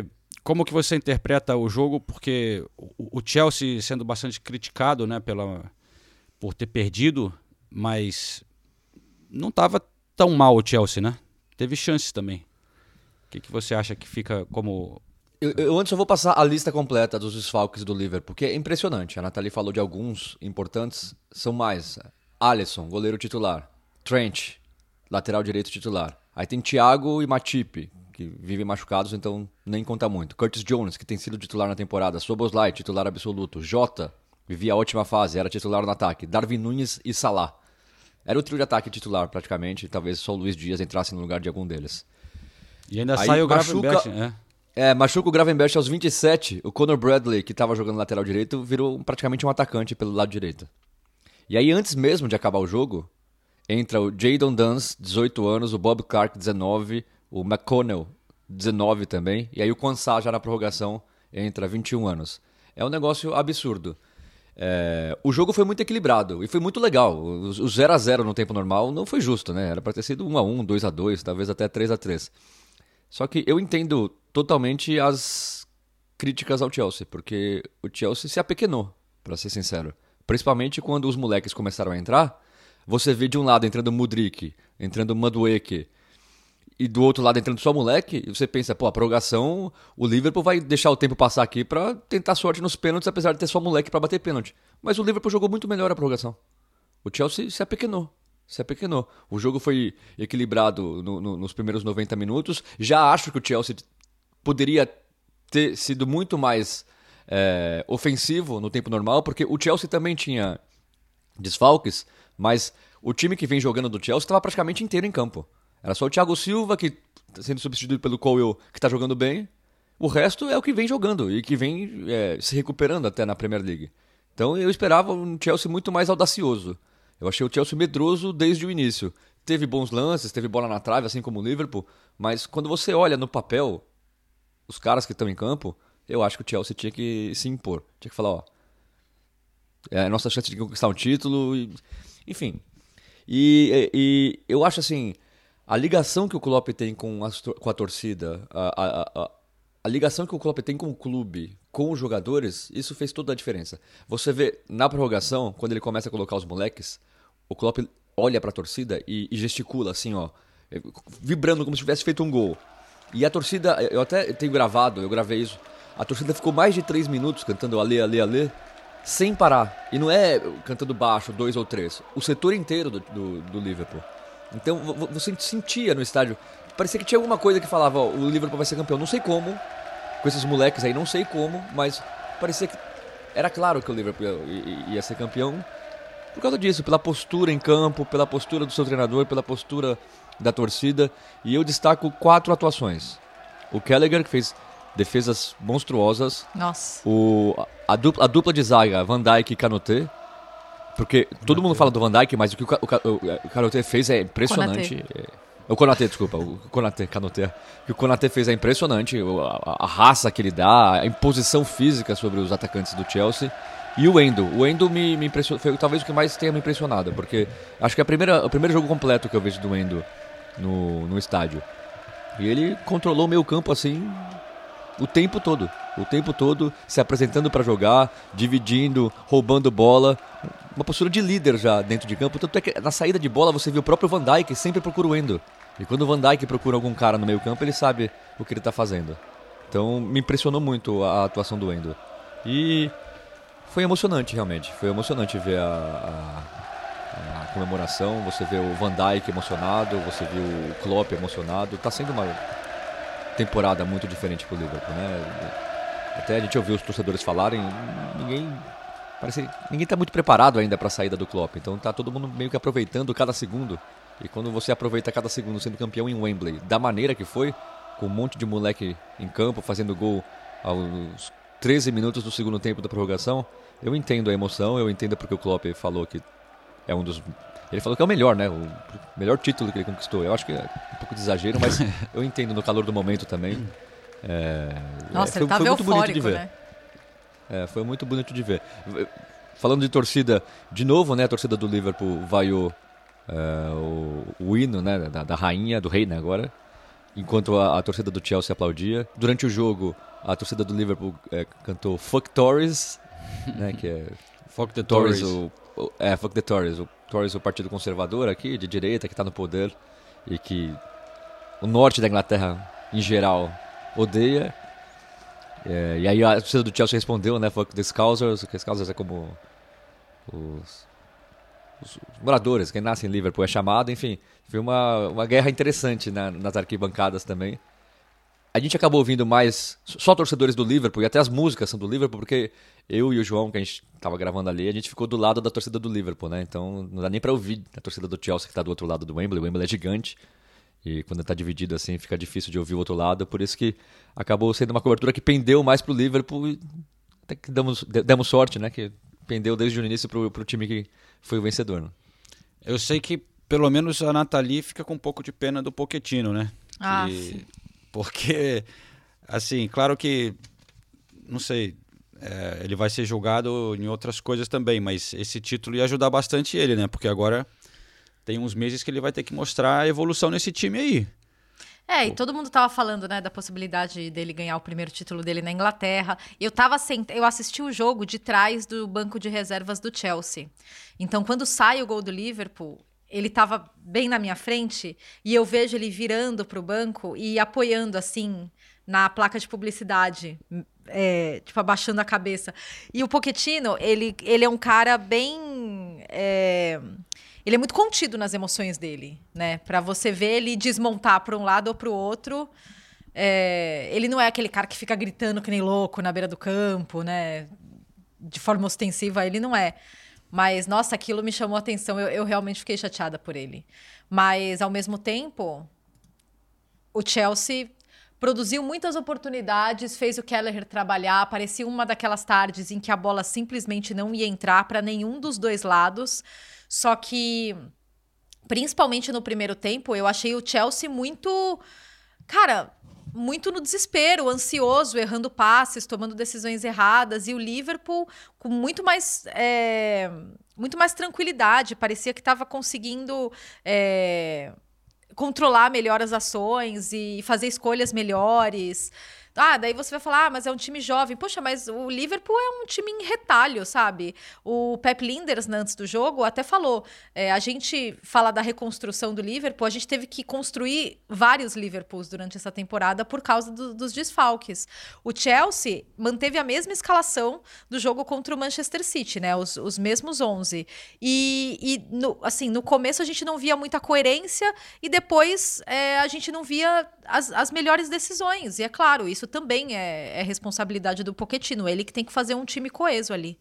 como que você interpreta o jogo? Porque o Chelsea sendo bastante criticado, né, por ter perdido, mas não estava tão mal o Chelsea, né? Teve chances também. O que você acha que fica como... Eu antes eu vou passar a lista completa dos desfalques do Liverpool, porque é impressionante. A Nathalie falou de alguns importantes, são mais. Alisson, goleiro titular. Trent, lateral direito titular. Aí tem Thiago e Matip, que vivem machucados, então nem conta muito. Curtis Jones, que tem sido titular na temporada. Szoboszlai, titular absoluto. Jota, vivia a ótima fase, era titular no ataque. Darwin Núñez e Salah. Era o trio de ataque titular, praticamente. Talvez só o Luiz Dias entrasse no lugar de algum deles. E ainda sai o Gravenberch, machuca o Gravenberch aos 27. O Conor Bradley, que estava jogando lateral direito, virou praticamente um atacante pelo lado direito. E aí, antes mesmo de acabar o jogo, entra o Jadon Duns, 18 anos, o Bob Clark, 19, o McConnell, 19 também, e aí o Quansah já na prorrogação entra, 21 anos. É um negócio absurdo. O jogo foi muito equilibrado e foi muito legal. O 0-0 no tempo normal não foi justo, né? Era para ter sido 1-1, 2-2, talvez até 3-3. Só que eu entendo totalmente as críticas ao Chelsea, porque o Chelsea se apequenou, para ser sincero. Principalmente quando os moleques começaram a entrar, você vê de um lado entrando Mudryk, entrando Madueke, e do outro lado entrando só moleque, e você pensa, a prorrogação, o Liverpool vai deixar o tempo passar aqui pra tentar sorte nos pênaltis, apesar de ter só moleque pra bater pênalti. Mas o Liverpool jogou muito melhor a prorrogação. O Chelsea se apequenou. O jogo foi equilibrado nos primeiros 90 minutos. Já acho que o Chelsea poderia ter sido muito mais ofensivo no tempo normal, porque o Chelsea também tinha desfalques, mas o time que vem jogando do Chelsea estava praticamente inteiro em campo. Era só o Thiago Silva, que está sendo substituído pelo Colwill, que está jogando bem. O resto é o que vem jogando e que vem se recuperando até na Premier League. Então eu esperava um Chelsea muito mais audacioso. Eu achei o Chelsea medroso desde o início. Teve bons lances, teve bola na trave, assim como o Liverpool, mas quando você olha no papel os caras que estão em campo, eu acho que o Chelsea tinha que se impor. Tinha que falar, é a nossa chance de conquistar um título, enfim. E eu acho assim... A ligação que o Klopp tem com a torcida, a ligação que o Klopp tem com o clube, com os jogadores, isso fez toda a diferença. Você vê na prorrogação, quando ele começa a colocar os moleques, o Klopp olha pra torcida e gesticula assim, vibrando como se tivesse feito um gol. E a torcida, eu até tenho gravado, eu gravei isso, a torcida ficou mais de 3 minutos cantando alê, alê, alê, sem parar. E não é cantando baixo, 2 ou 3, o setor inteiro do Liverpool. Então você sentia no estádio, parecia que tinha alguma coisa que falava, o Liverpool vai ser campeão, não sei como, com esses moleques aí, não sei como, mas parecia que era claro que o Liverpool ia ser campeão por causa disso, pela postura em campo, pela postura do seu treinador, pela postura da torcida. E eu destaco 4 atuações. O Gallagher, que fez defesas monstruosas. Nossa. A dupla de zaga, Van Dijk e Kanoté. Porque todo mundo fala do Van Dijk, mas o que o Kanoté fez é impressionante. O Konaté, desculpa. O Konaté. O que o Konaté fez é impressionante. A raça que ele dá, a imposição física sobre os atacantes do Chelsea. E o Endo. O Endo me impressionou. Foi talvez o que mais tenha me impressionado. Porque acho que é o primeiro jogo completo que eu vejo do Endo no estádio. E ele controlou o meio campo assim o tempo todo. O tempo todo se apresentando para jogar, dividindo, roubando bola. Uma postura de líder já dentro de campo. Tanto é que na saída de bola você vê o próprio Van Dijk sempre procura o Endo. E quando o Van Dijk procura algum cara no meio campo, ele sabe o que ele está fazendo. Então me impressionou muito a atuação do Endo. E foi emocionante realmente. Foi emocionante ver a comemoração. Você vê o Van Dijk emocionado, você viu o Klopp emocionado. Está sendo uma temporada muito diferente para o Liverpool, né? Até a gente ouviu os torcedores falarem, ninguém está muito preparado ainda para a saída do Klopp. Então está todo mundo meio que aproveitando cada segundo. E quando você aproveita cada segundo sendo campeão em Wembley, da maneira que foi, com um monte de moleque em campo fazendo gol aos 13 minutos do segundo tempo da prorrogação, eu entendo a emoção, eu entendo porque o Klopp falou que é um dos... Ele falou que é o melhor, né? O melhor título que ele conquistou. Eu acho que é um pouco de exagero, mas eu entendo no calor do momento também. Nossa, foi, ele tava foi muito bonito eufórico, de ver. né? Foi muito bonito de ver. Falando de torcida, de novo, né? A torcida do Liverpool vaiou o hino, né? Da rainha, do rei, né? Agora. enquanto a torcida do Chelsea aplaudia. Durante o jogo, a torcida do Liverpool cantou Fuck Tories, né, que é... Fuck the Tories. Fuck the Tories. O Tories é o partido conservador aqui, de direita, que está no poder e que o norte da Inglaterra, em geral, odeia. E aí a torcida do Chelsea respondeu, né, Fuck the Scousers, que Scousers é como os moradores, quem nasce em Liverpool é chamado, enfim, foi uma guerra interessante nas arquibancadas também. A gente acabou ouvindo mais só torcedores do Liverpool, e até as músicas são do Liverpool, porque eu e o João, que a gente estava gravando ali, a gente ficou do lado da torcida do Liverpool, né? Então não dá nem para ouvir a torcida do Chelsea, que está do outro lado do Wembley. O Wembley é gigante, e quando está dividido assim, fica difícil de ouvir o outro lado, por isso que acabou sendo uma cobertura que pendeu mais pro Liverpool, e até que demos sorte, né? Que pendeu desde o início pro time que foi o vencedor, né? Eu sei que pelo menos a Nathalie fica com um pouco de pena do Pochettino, né? Sim. Porque, assim, claro que, não sei, ele vai ser julgado em outras coisas também, mas esse título ia ajudar bastante ele, né? Porque agora tem uns meses que ele vai ter que mostrar a evolução nesse time aí. E todo mundo tava falando, né, da possibilidade dele ganhar o primeiro título dele na Inglaterra. Eu assisti o jogo de trás do banco de reservas do Chelsea. Então, quando sai o gol do Liverpool, ele estava bem na minha frente e eu vejo ele virando para o banco e apoiando, assim, na placa de publicidade, tipo, abaixando a cabeça. E o Pochettino, ele é um cara bem... Ele é muito contido nas emoções dele, né? Para você ver ele desmontar para um lado ou para o outro. Ele não é aquele cara que fica gritando que nem louco na beira do campo, né? De forma ostensiva, ele não é. Mas, nossa, aquilo me chamou a atenção. Eu realmente fiquei chateada por ele. Mas, ao mesmo tempo, o Chelsea produziu muitas oportunidades, fez o Kelleher trabalhar. Parecia uma daquelas tardes em que a bola simplesmente não ia entrar para nenhum dos dois lados. Só que, principalmente no primeiro tempo, eu achei o Chelsea muito... Cara, muito no desespero, ansioso, errando passes, tomando decisões erradas. E o Liverpool com muito mais tranquilidade. Parecia que estava conseguindo controlar melhor as ações e fazer escolhas melhores. Daí você vai falar, mas é um time jovem. Poxa, mas o Liverpool é um time em retalho, sabe? O Pep Linders, antes do jogo, até falou, a gente fala da reconstrução do Liverpool, a gente teve que construir vários Liverpools durante essa temporada por causa dos desfalques. O Chelsea manteve a mesma escalação do jogo contra o Manchester City, né? Os mesmos 11. No começo a gente não via muita coerência e depois a gente não via as melhores decisões. E é claro, isso também é responsabilidade do Pochettino, ele que tem que fazer um time coeso ali.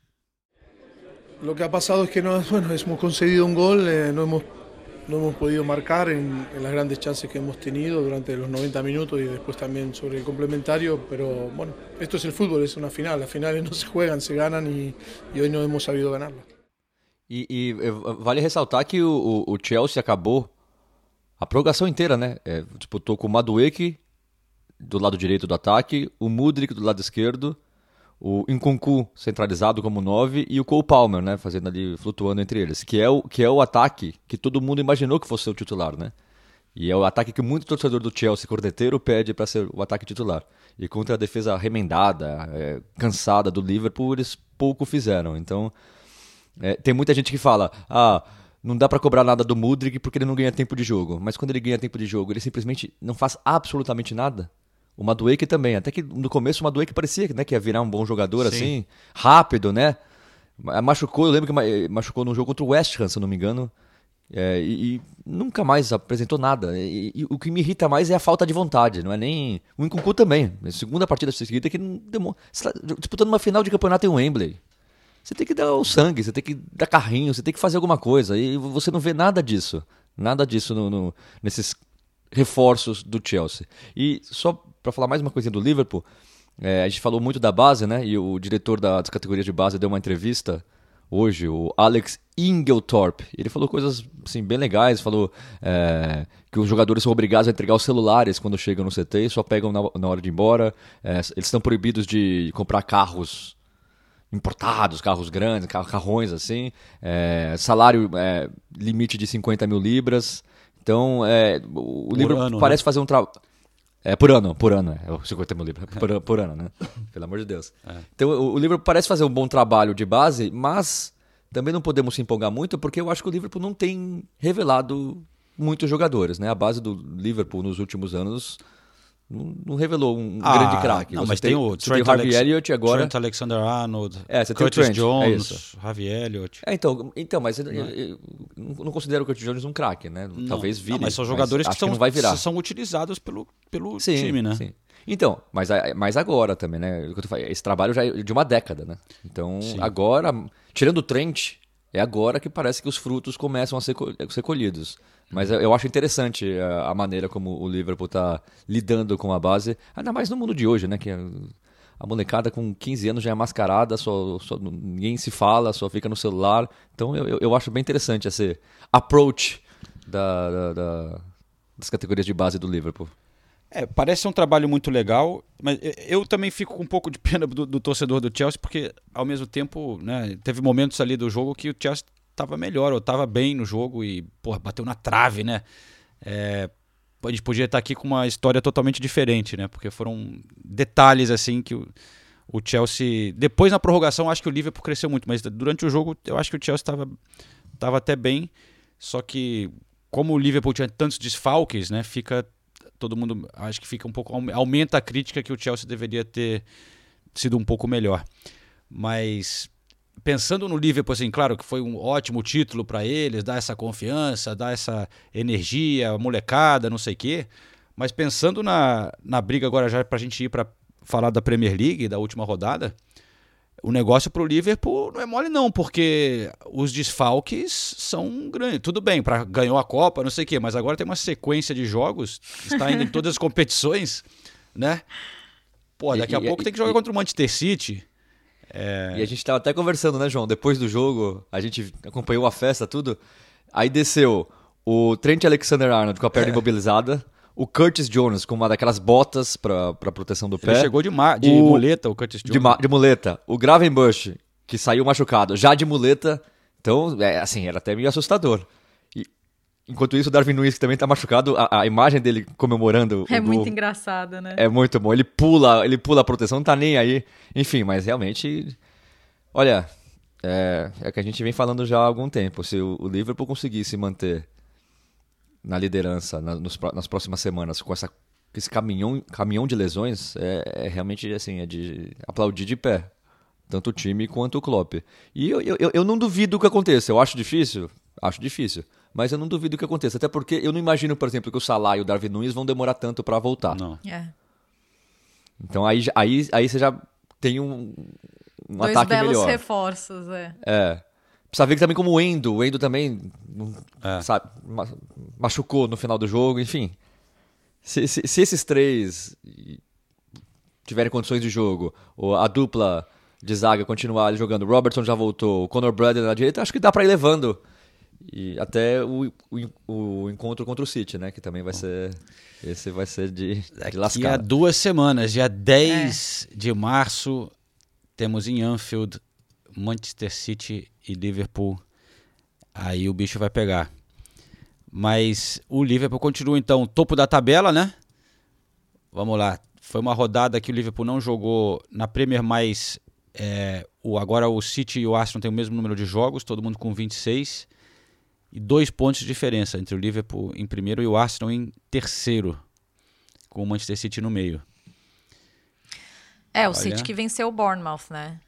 Lo que ha pasado es que hemos concedido un gol, no hemos podido marcar en las grandes chances que hemos tenido durante los 90 minutos y después también sobre el complementario, pero bueno, esto es el fútbol, es una final, las finales no se juegan, se ganan y hoy no hemos sabido ganarla. E vale ressaltar que o Chelsea acabou a prorrogação inteira, né? Disputou com o Madueke do lado direito do ataque, o Mudryk do lado esquerdo, o Nkunku centralizado como 9 e o Cole Palmer, né, fazendo ali, flutuando entre eles, que é o ataque que todo mundo imaginou que fosse o titular, né? E é o ataque que muito torcedor do Chelsea corneteiro pede para ser o ataque titular. E contra a defesa remendada, cansada do Liverpool, eles pouco fizeram. Então, tem muita gente que fala, não dá para cobrar nada do Mudryk porque ele não ganha tempo de jogo. Mas quando ele ganha tempo de jogo, ele simplesmente não faz absolutamente nada. O Madueke também, até que no começo o Madueke parecia, né, que ia virar um bom jogador, assim, rápido, né? Machucou, eu lembro que machucou no jogo contra o West Ham, se eu não me engano, e nunca mais apresentou nada. E o que me irrita mais é a falta de vontade, não é nem... O Nkunku também, na segunda partida seguida que não demora... Você tá disputando uma final de campeonato em Wembley. Você tem que dar o sangue, você tem que dar carrinho, você tem que fazer alguma coisa, e você não vê nada disso nesses reforços do Chelsea. E só para falar mais uma coisinha do Liverpool, a gente falou muito da base, né? E o diretor das categorias de base deu uma entrevista hoje, o Alex Inglethorpe. Ele falou coisas assim, bem legais, falou que os jogadores são obrigados a entregar os celulares quando chegam no CT e só pegam na hora de ir embora. Eles estão proibidos de comprar carros importados, carros grandes, carrões assim, salário limite de 50 mil libras. Então, o livro ano, parece fazer um trabalho... Por ano. Eu 50 mil livros. Por ano, né? Pelo amor de Deus. Então, o Liverpool parece fazer um bom trabalho de base, mas também não podemos se empolgar muito, porque eu acho que o Liverpool não tem revelado muitos jogadores, né? A base do Liverpool nos últimos anos não revelou um grande craque. Não, mas tem o Trent Harvey Elliott agora. Trent Alexander-Arnold, Você tem o Curtis Trent, Jones, Harvey Elliott. Então, mas eu não considero o Curtis Jones um craque, né? Talvez vire. Mas são jogadores que não vai virar. são utilizados pelo sim, time, né? Sim. Então, mas agora também, né? Esse trabalho já é de uma década, né? Então, agora, tirando o Trent, é agora que parece que os frutos começam a ser colhidos. Mas eu acho interessante a maneira como o Liverpool está lidando com a base, ainda mais no mundo de hoje, né? Que a molecada com 15 anos já é mascarada, só ninguém se fala, só fica no celular. Então eu acho bem interessante esse approach das categorias de base do Liverpool. Parece um trabalho muito legal, mas eu também fico com um pouco de pena do torcedor do Chelsea, porque ao mesmo tempo, né, teve momentos ali do jogo que o Chelsea estava melhor, ou estava bem no jogo e bateu na trave, né? A gente podia estar aqui com uma história totalmente diferente, né? Porque foram detalhes assim que o Chelsea... Depois na prorrogação acho que o Liverpool cresceu muito, mas durante o jogo eu acho que o Chelsea estava até bem, só que como o Liverpool tinha tantos desfalques, né? Todo mundo, acho que fica um pouco... Aumenta a crítica que o Chelsea deveria ter sido um pouco melhor. Mas... Pensando no Liverpool, assim, claro que foi um ótimo título para eles, dar essa confiança, dar essa energia, molecada, não sei o quê. Mas pensando na briga agora já para a gente ir para falar da Premier League, da última rodada, o negócio para o Liverpool não é mole não, porque os desfalques são grandes. Tudo bem, ganhou a Copa, não sei o quê, mas agora tem uma sequência de jogos, está indo em todas as competições, né? Daqui a pouco tem que jogar contra o Manchester City. E a gente estava até conversando, né, João? Depois do jogo, a gente acompanhou a festa, tudo. Aí desceu o Trent Alexander-Arnold com a perna imobilizada, o Curtis Jones com uma daquelas botas para proteção do pé. Ele chegou de muleta, o Curtis Jones. De muleta. O Gravenberch, que saiu machucado, já de muleta. Então, assim, era até meio assustador. Enquanto isso, o Darwin Núñez, que também tá machucado, a imagem dele comemorando... muito engraçada, né? É muito bom. Ele pula a proteção, não tá nem aí. Enfim, mas realmente... Olha, é que a gente vem falando já há algum tempo. Se o Liverpool conseguir se manter na liderança nas próximas semanas com esse caminhão de lesões, realmente, assim, é de aplaudir de pé. Tanto o time quanto o Klopp. E eu não duvido que aconteça. Eu acho difícil. Mas eu não duvido que aconteça. Até porque eu não imagino, por exemplo, que o Salah e o Darwin Núñez vão demorar tanto para voltar. Não. Então aí você já tem um ataque melhor. Dois belos reforços, Precisa ver que também como o Endo também sabe, machucou no final do jogo, enfim. Se esses três tiverem condições de jogo, ou a dupla de zaga continuar jogando, o Robertson já voltou, o Conor Bradley na direita, acho que dá para ir levando. E até o encontro contra o City, né? Que também vai ser... Esse vai ser de lascar. Daqui a 2 semanas, dia 10 de março, temos em Anfield, Manchester City e Liverpool. Aí o bicho vai pegar. Mas o Liverpool continua, então, topo da tabela, né? Vamos lá. Foi uma rodada que o Liverpool não jogou na Premier, mas agora o City e o Arsenal têm o mesmo número de jogos, todo mundo com 26. E 2 pontos de diferença entre o Liverpool em primeiro e o Arsenal em terceiro, com o Manchester City no meio. O City que venceu o Bournemouth, né?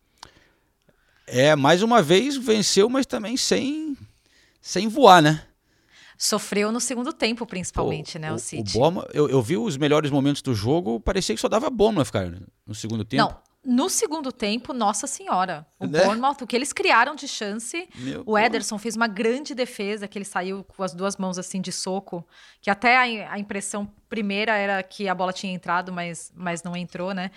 Mais uma vez venceu, mas também sem voar, né? Sofreu no segundo tempo, principalmente, né, o City. Eu vi os melhores momentos do jogo, parecia que só dava Bournemouth, cara, no segundo tempo. Não. No segundo tempo, nossa senhora, Bournemouth, o que eles criaram de chance, o Ederson fez uma grande defesa, que ele saiu com as 2 mãos assim de soco, que até a impressão primeira era que a bola tinha entrado, mas não entrou, né?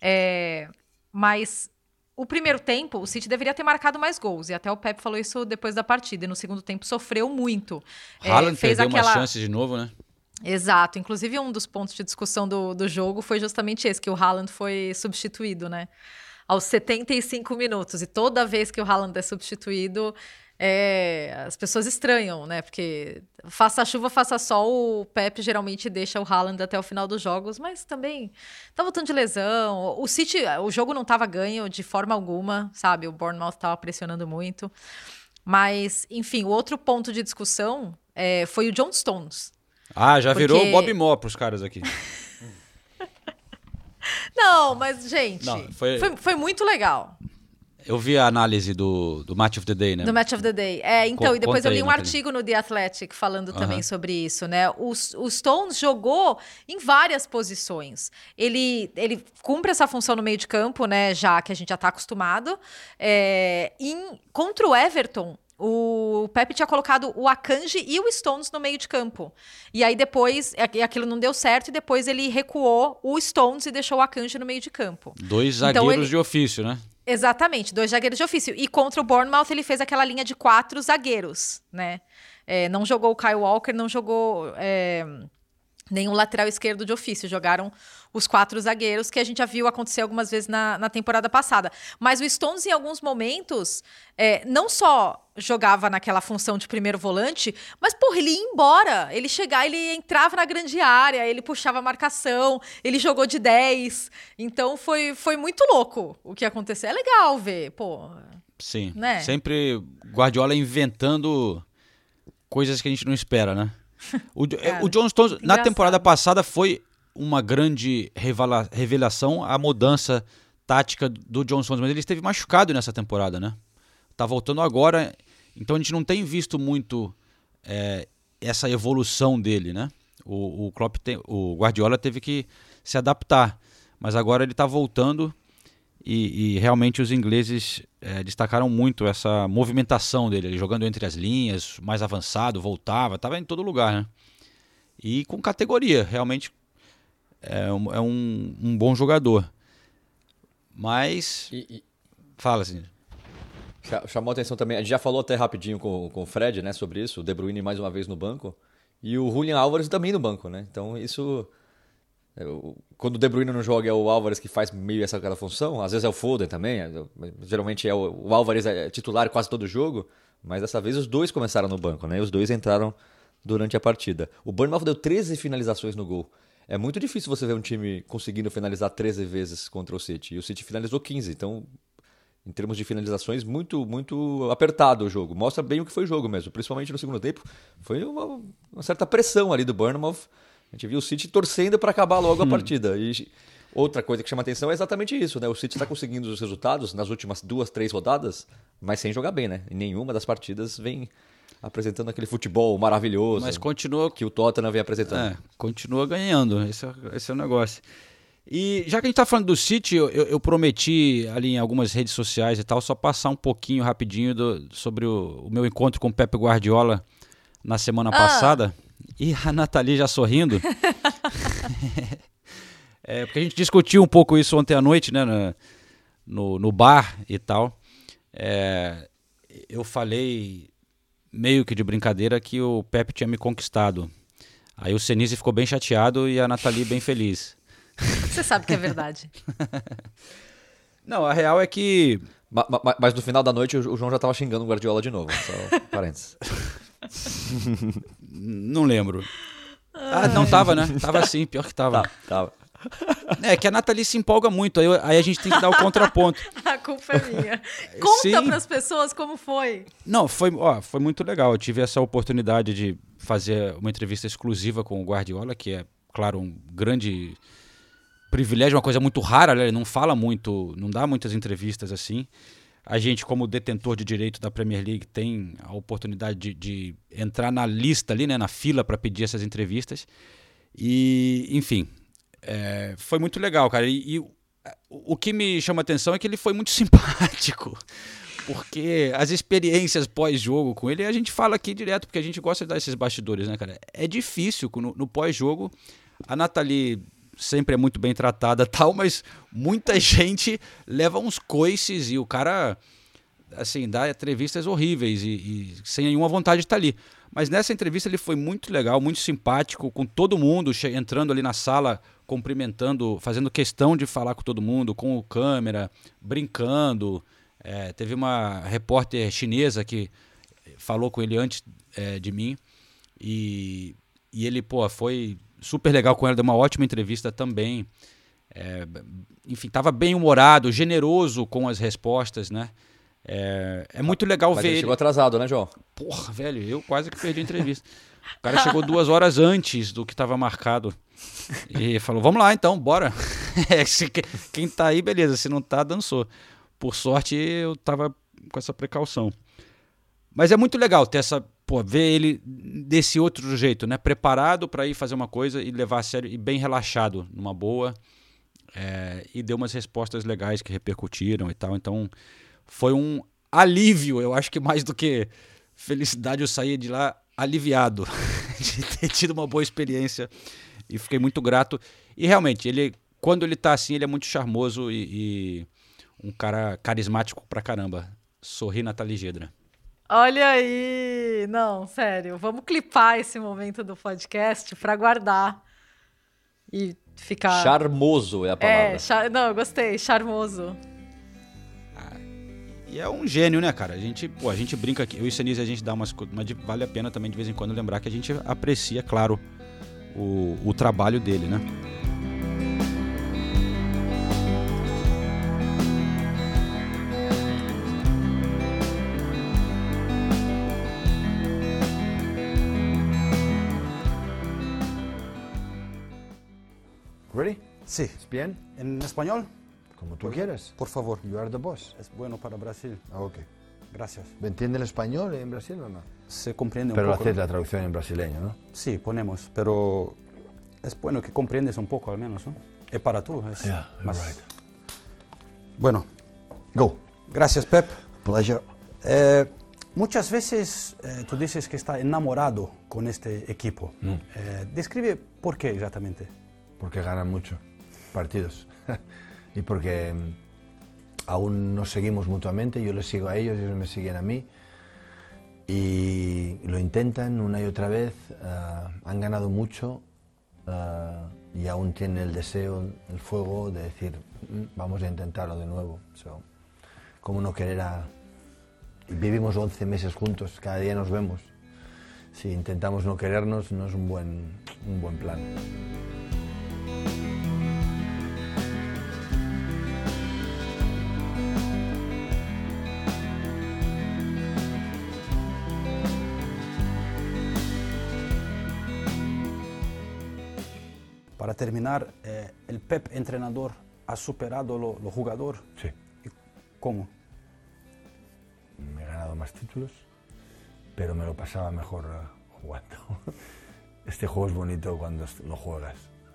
Mas o primeiro tempo, o City deveria ter marcado mais gols, e até o Pep falou isso depois da partida, e no segundo tempo sofreu muito. Haaland perdeu uma chance de novo, né? Exato, inclusive um dos pontos de discussão do jogo foi justamente esse, que o Haaland foi substituído, né? Aos 75 minutos, e toda vez que o Haaland é substituído, as pessoas estranham, né? Porque faça chuva, faça sol, o Pep geralmente deixa o Haaland até o final dos jogos, mas também tá voltando de lesão. O City, o jogo não estava ganho de forma alguma, sabe? O Bournemouth estava pressionando muito. Mas, enfim, o outro ponto de discussão foi o John Stones. Já virou Bob Moore pros caras aqui. Não, mas, gente, Não, foi muito legal. Eu vi a análise do Match of the Day, né? Do Match of the Day. Então, e depois eu li um Nathalie. artigo no The Athletic falando também sobre isso, né? O Stones jogou em várias posições. Ele cumpre essa função no meio de campo, né? Já que a gente já tá acostumado. Contra o Everton, o Pep tinha colocado o Akanji e o Stones no meio de campo. E aí depois, aquilo não deu certo, e depois ele recuou o Stones e deixou o Akanji no meio de campo. 2 zagueiros de ofício, né? Exatamente, 2 zagueiros de ofício. E contra o Bournemouth ele fez aquela linha de 4 zagueiros, né? Não jogou o Kyle Walker, não jogou nem o lateral esquerdo de ofício. Jogaram os 4 zagueiros, que a gente já viu acontecer algumas vezes na temporada passada. Mas o Stones, em alguns momentos, não só jogava naquela função de primeiro volante, mas, ele ia embora. Ele entrava na grande área, ele puxava a marcação, ele jogou de 10. Então, foi muito louco o que aconteceu. É legal ver, Sim, né? Sempre Guardiola inventando coisas que a gente não espera, né? O John Stones, na temporada passada, foi uma grande revelação a mudança tática do John Stones, mas ele esteve machucado nessa temporada, né? Tá voltando agora, então a gente não tem visto muito essa evolução dele, né? O Guardiola teve que se adaptar, mas agora ele tá voltando e realmente os ingleses destacaram muito essa movimentação dele, ele jogando entre as linhas, mais avançado, voltava, estava em todo lugar, né? E com categoria, realmente é um bom jogador. Mas... Fala, assim. Chamou a atenção também, a gente já falou até rapidinho com o Fred, né, sobre isso, o De Bruyne mais uma vez no banco, e o Julian Álvares também no banco, né? Então isso... Quando o De Bruyne não joga, é o Álvares que faz meio aquela função. Às vezes é o Foden também. Geralmente o Álvares é titular quase todo jogo. Mas dessa vez os 2 começaram no banco, né? E os 2 entraram durante a partida. O Bournemouth deu 13 finalizações no gol. É muito difícil você ver um time conseguindo finalizar 13 vezes contra o City. E o City finalizou 15. Então, em termos de finalizações, muito, muito apertado o jogo. Mostra bem o que foi o jogo mesmo. Principalmente no segundo tempo. Foi uma certa pressão ali do Bournemouth. A gente viu o City torcendo para acabar logo a partida. E outra coisa que chama atenção é exatamente isso, né? O City está conseguindo os resultados nas últimas 2, 3 rodadas, mas sem jogar bem, né? Em nenhuma das partidas vem apresentando aquele futebol maravilhoso. Mas continua... que o Tottenham vem apresentando. Continua ganhando. Esse é o negócio. E já que a gente está falando do City, eu prometi ali em algumas redes sociais e tal, só passar um pouquinho rapidinho sobre o meu encontro com o Pep Guardiola na semana passada. E a Nathalie já sorrindo. Porque a gente discutiu um pouco isso ontem à noite, né, no bar e tal. Eu falei, meio que de brincadeira, que o Pep tinha me conquistado. Aí o Senise ficou bem chateado e a Nathalie bem feliz. Você sabe que é verdade. Não, a real é que... Mas no final da noite o João já estava xingando o Guardiola de novo. Só parênteses. Não lembro. Não tava, né? Tava sim, pior que tava. Tava. É que a Nathalie se empolga muito, aí a gente tem que dar o contraponto. A culpa é minha. Conta para as pessoas como foi. Não, foi muito legal. Eu tive essa oportunidade de fazer uma entrevista exclusiva com o Guardiola, que é, claro, um grande privilégio, uma coisa muito rara, né? Ele não fala muito, não dá muitas entrevistas assim. A gente, como detentor de direito da Premier League, tem a oportunidade de entrar na lista ali, né, na fila para pedir essas entrevistas. E, enfim, foi muito legal, cara. E o que me chama a atenção é que ele foi muito simpático, porque as experiências pós-jogo com ele, a gente fala aqui direto, porque a gente gosta de dar esses bastidores, né, cara? É difícil, no pós-jogo, a Nathalie sempre é muito bem tratada e tal, mas muita gente leva uns coices e o cara, assim, dá entrevistas horríveis e sem nenhuma vontade de estar ali. Mas nessa entrevista ele foi muito legal, muito simpático com todo mundo, entrando ali na sala, cumprimentando, fazendo questão de falar com todo mundo, com o câmera, brincando. Teve uma repórter chinesa que falou com ele antes de mim e ele, foi super legal com ela, deu uma ótima entrevista também. Enfim, estava bem humorado, generoso com as respostas, né? É muito legal Mas ver ele ele. chegou atrasado, né, João? Porra, velho, eu quase que perdi a entrevista. O cara chegou 2 horas antes do que estava marcado e falou, vamos lá então, bora. Quem tá aí, beleza, se não tá, dançou. Por sorte, eu tava com essa precaução. Mas é muito legal ter ver ele desse outro jeito, né? Preparado para ir fazer uma coisa e levar a sério e bem relaxado, numa boa. E deu umas respostas legais que repercutiram e tal. Então, foi um alívio, eu acho que mais do que felicidade, eu saí de lá aliviado de ter tido uma boa experiência e fiquei muito grato. E realmente, quando ele tá assim, ele é muito charmoso e um cara carismático pra caramba. Sorri, Nathalie Gedra. Olha aí! Não, sério, vamos clipar esse momento do podcast pra guardar e ficar... Charmoso é a palavra. Não, eu gostei, charmoso. E é um gênio, né, cara? A gente brinca aqui, eu e o Senise, a gente dá mas vale a pena também de vez em quando lembrar que a gente aprecia, claro, o trabalho dele, né? Ready? Sí. Bien? ¿En español? Como tú quieras. Por favor. You are the boss. Es bueno para Brasil. Ok. Gracias. ¿Me entiende el español en Brasil o no? Se comprende Pero un poco. haces la traducción en brasileño, ¿no? Sí, ponemos, pero es bueno que comprendes un poco al menos, ¿no? Es para tú, es más... right. Bueno. Go. Gracias, Pep. Pleasure. Muchas veces tú dices que está enamorado con este equipo. Describe por qué exactamente. Porque ganan mucho partidos y porque aún nos seguimos mutuamente, yo les sigo a ellos, ellos me siguen a mí y lo intentan una y otra vez, han ganado mucho y aún tienen el deseo, el fuego de decir vamos a intentarlo de nuevo. ¿Cómo no querer vivimos 11 meses juntos, cada día nos vemos. Si intentamos no querernos no es un buen plan. Para terminar, ¿el Pep entrenador ha superado lo jugador? Sí. ¿Cómo? Me he ganado más títulos, pero me lo pasaba mejor jugando. Este juego es bonito cuando lo juegas.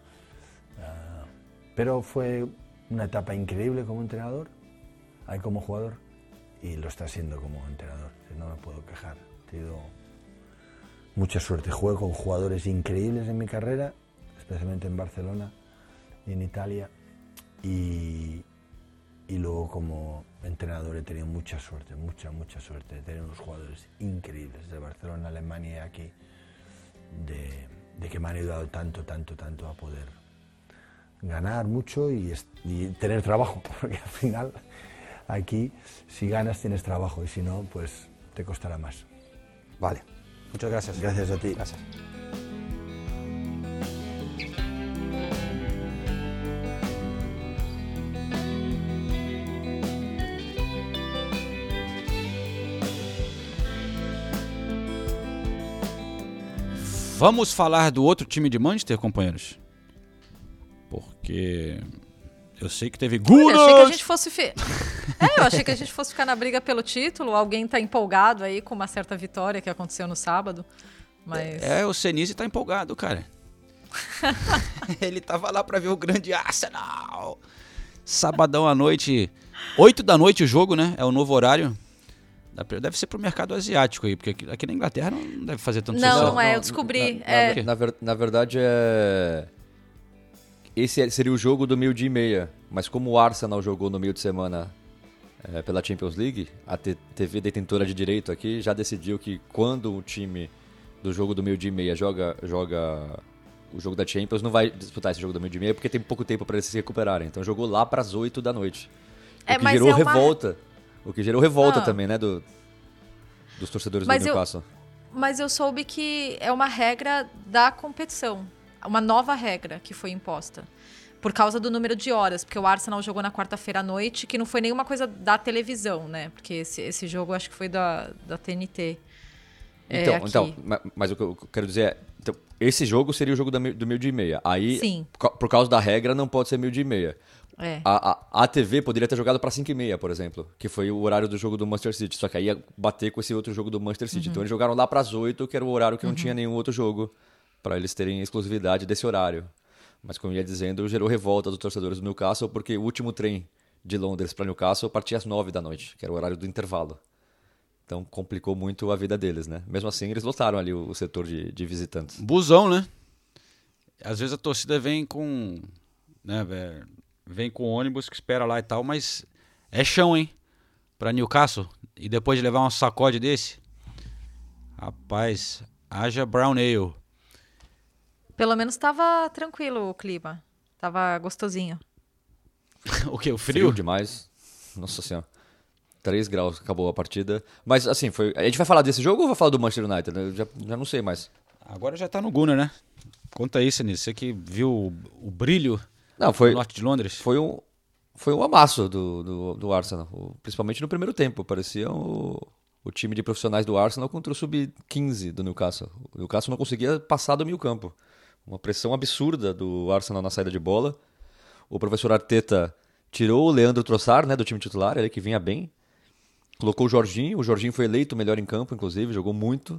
Pero fue una etapa increíble como entrenador, como jugador, y lo está siendo como entrenador. No me puedo quejar. He tenido mucha suerte. Juego con jugadores increíbles en mi carrera, especialmente en Barcelona y en Italia, y luego como entrenador he tenido mucha suerte, mucha suerte de tener unos jugadores increíbles de Barcelona, Alemania y aquí, de que me han ayudado tanto a poder ganar mucho y tener trabajo, porque al final aquí si ganas tienes trabajo y si no pues te costará más. Vale, muchas gracias. Gracias a ti. Gracias. Vamos falar do outro time de Manchester, companheiros? Porque eu sei que teve Eu achei que a gente fosse eu achei que a gente fosse ficar na briga pelo título. Alguém tá empolgado aí com uma certa vitória que aconteceu no sábado. Mas... o Senise tá empolgado, cara. Ele tava lá pra ver o grande Arsenal. Sabadão à noite, 8 da noite o jogo, né? É o novo horário. Deve ser pro mercado asiático aí, porque aqui na Inglaterra não deve fazer tanto sucesso. Não, eu descobri. Na verdade, esse seria o jogo do 12h30, mas como o Arsenal jogou no meio de semana pela Champions League, a TV detentora de direito aqui já decidiu que quando o time do jogo do 12h30 joga o jogo da Champions, não vai disputar esse jogo do 12h30 porque tem pouco tempo para eles se recuperarem. Então jogou lá para as 8 da noite. O que gerou revolta. O que gerou revolta também, né? dos torcedores Mas do Newcastle. Mas eu soube que é uma regra da competição, uma nova regra que foi imposta. Por causa do número de horas, porque o Arsenal jogou na quarta-feira à noite, que não foi nenhuma coisa da televisão, né? Porque esse jogo acho que foi da TNT. Então, mas o que eu quero dizer é, então, esse jogo seria o jogo do meio-dia e meia. Aí, Sim. por causa da regra, não pode ser meio-dia e meia. É. A TV poderia ter jogado para 5h30, por exemplo, que foi o horário do jogo do Manchester City, só que aí ia bater com esse outro jogo do Manchester City. Então eles jogaram lá para as 8, que era o horário que não tinha nenhum outro jogo, para eles terem exclusividade desse horário. Mas como eu ia dizendo, gerou revolta dos torcedores do Newcastle, porque o último trem de Londres para Newcastle partia às 9 da noite, que era o horário do intervalo. Então complicou muito a vida deles, né? Mesmo assim, eles lotaram ali o setor de visitantes. Busão, né? Às vezes a torcida vem com... né, vem com ônibus que espera lá e tal, mas é chão, hein? Pra Newcastle. E depois de levar um sacode desse, rapaz, haja brown ale. Pelo menos tava tranquilo o clima. Tava gostosinho. O quê? O frio? Demais. Nossa senhora. 3 graus, acabou a partida. Mas assim, a gente vai falar desse jogo ou vai falar do Manchester United? Eu já não sei mais. Agora já tá no Gunner, né? Conta aí, Sinise. Você que viu o brilho no norte de Londres. Foi um amasso do Arsenal, principalmente no primeiro tempo. Parecia o time de profissionais do Arsenal contra o sub-15 do Newcastle. O Newcastle não conseguia passar do meio campo. Uma pressão absurda do Arsenal na saída de bola. O professor Arteta tirou o Leandro Trossard, né, do time titular, ele que vinha bem. Colocou o Jorginho foi eleito o melhor em campo, inclusive, jogou muito.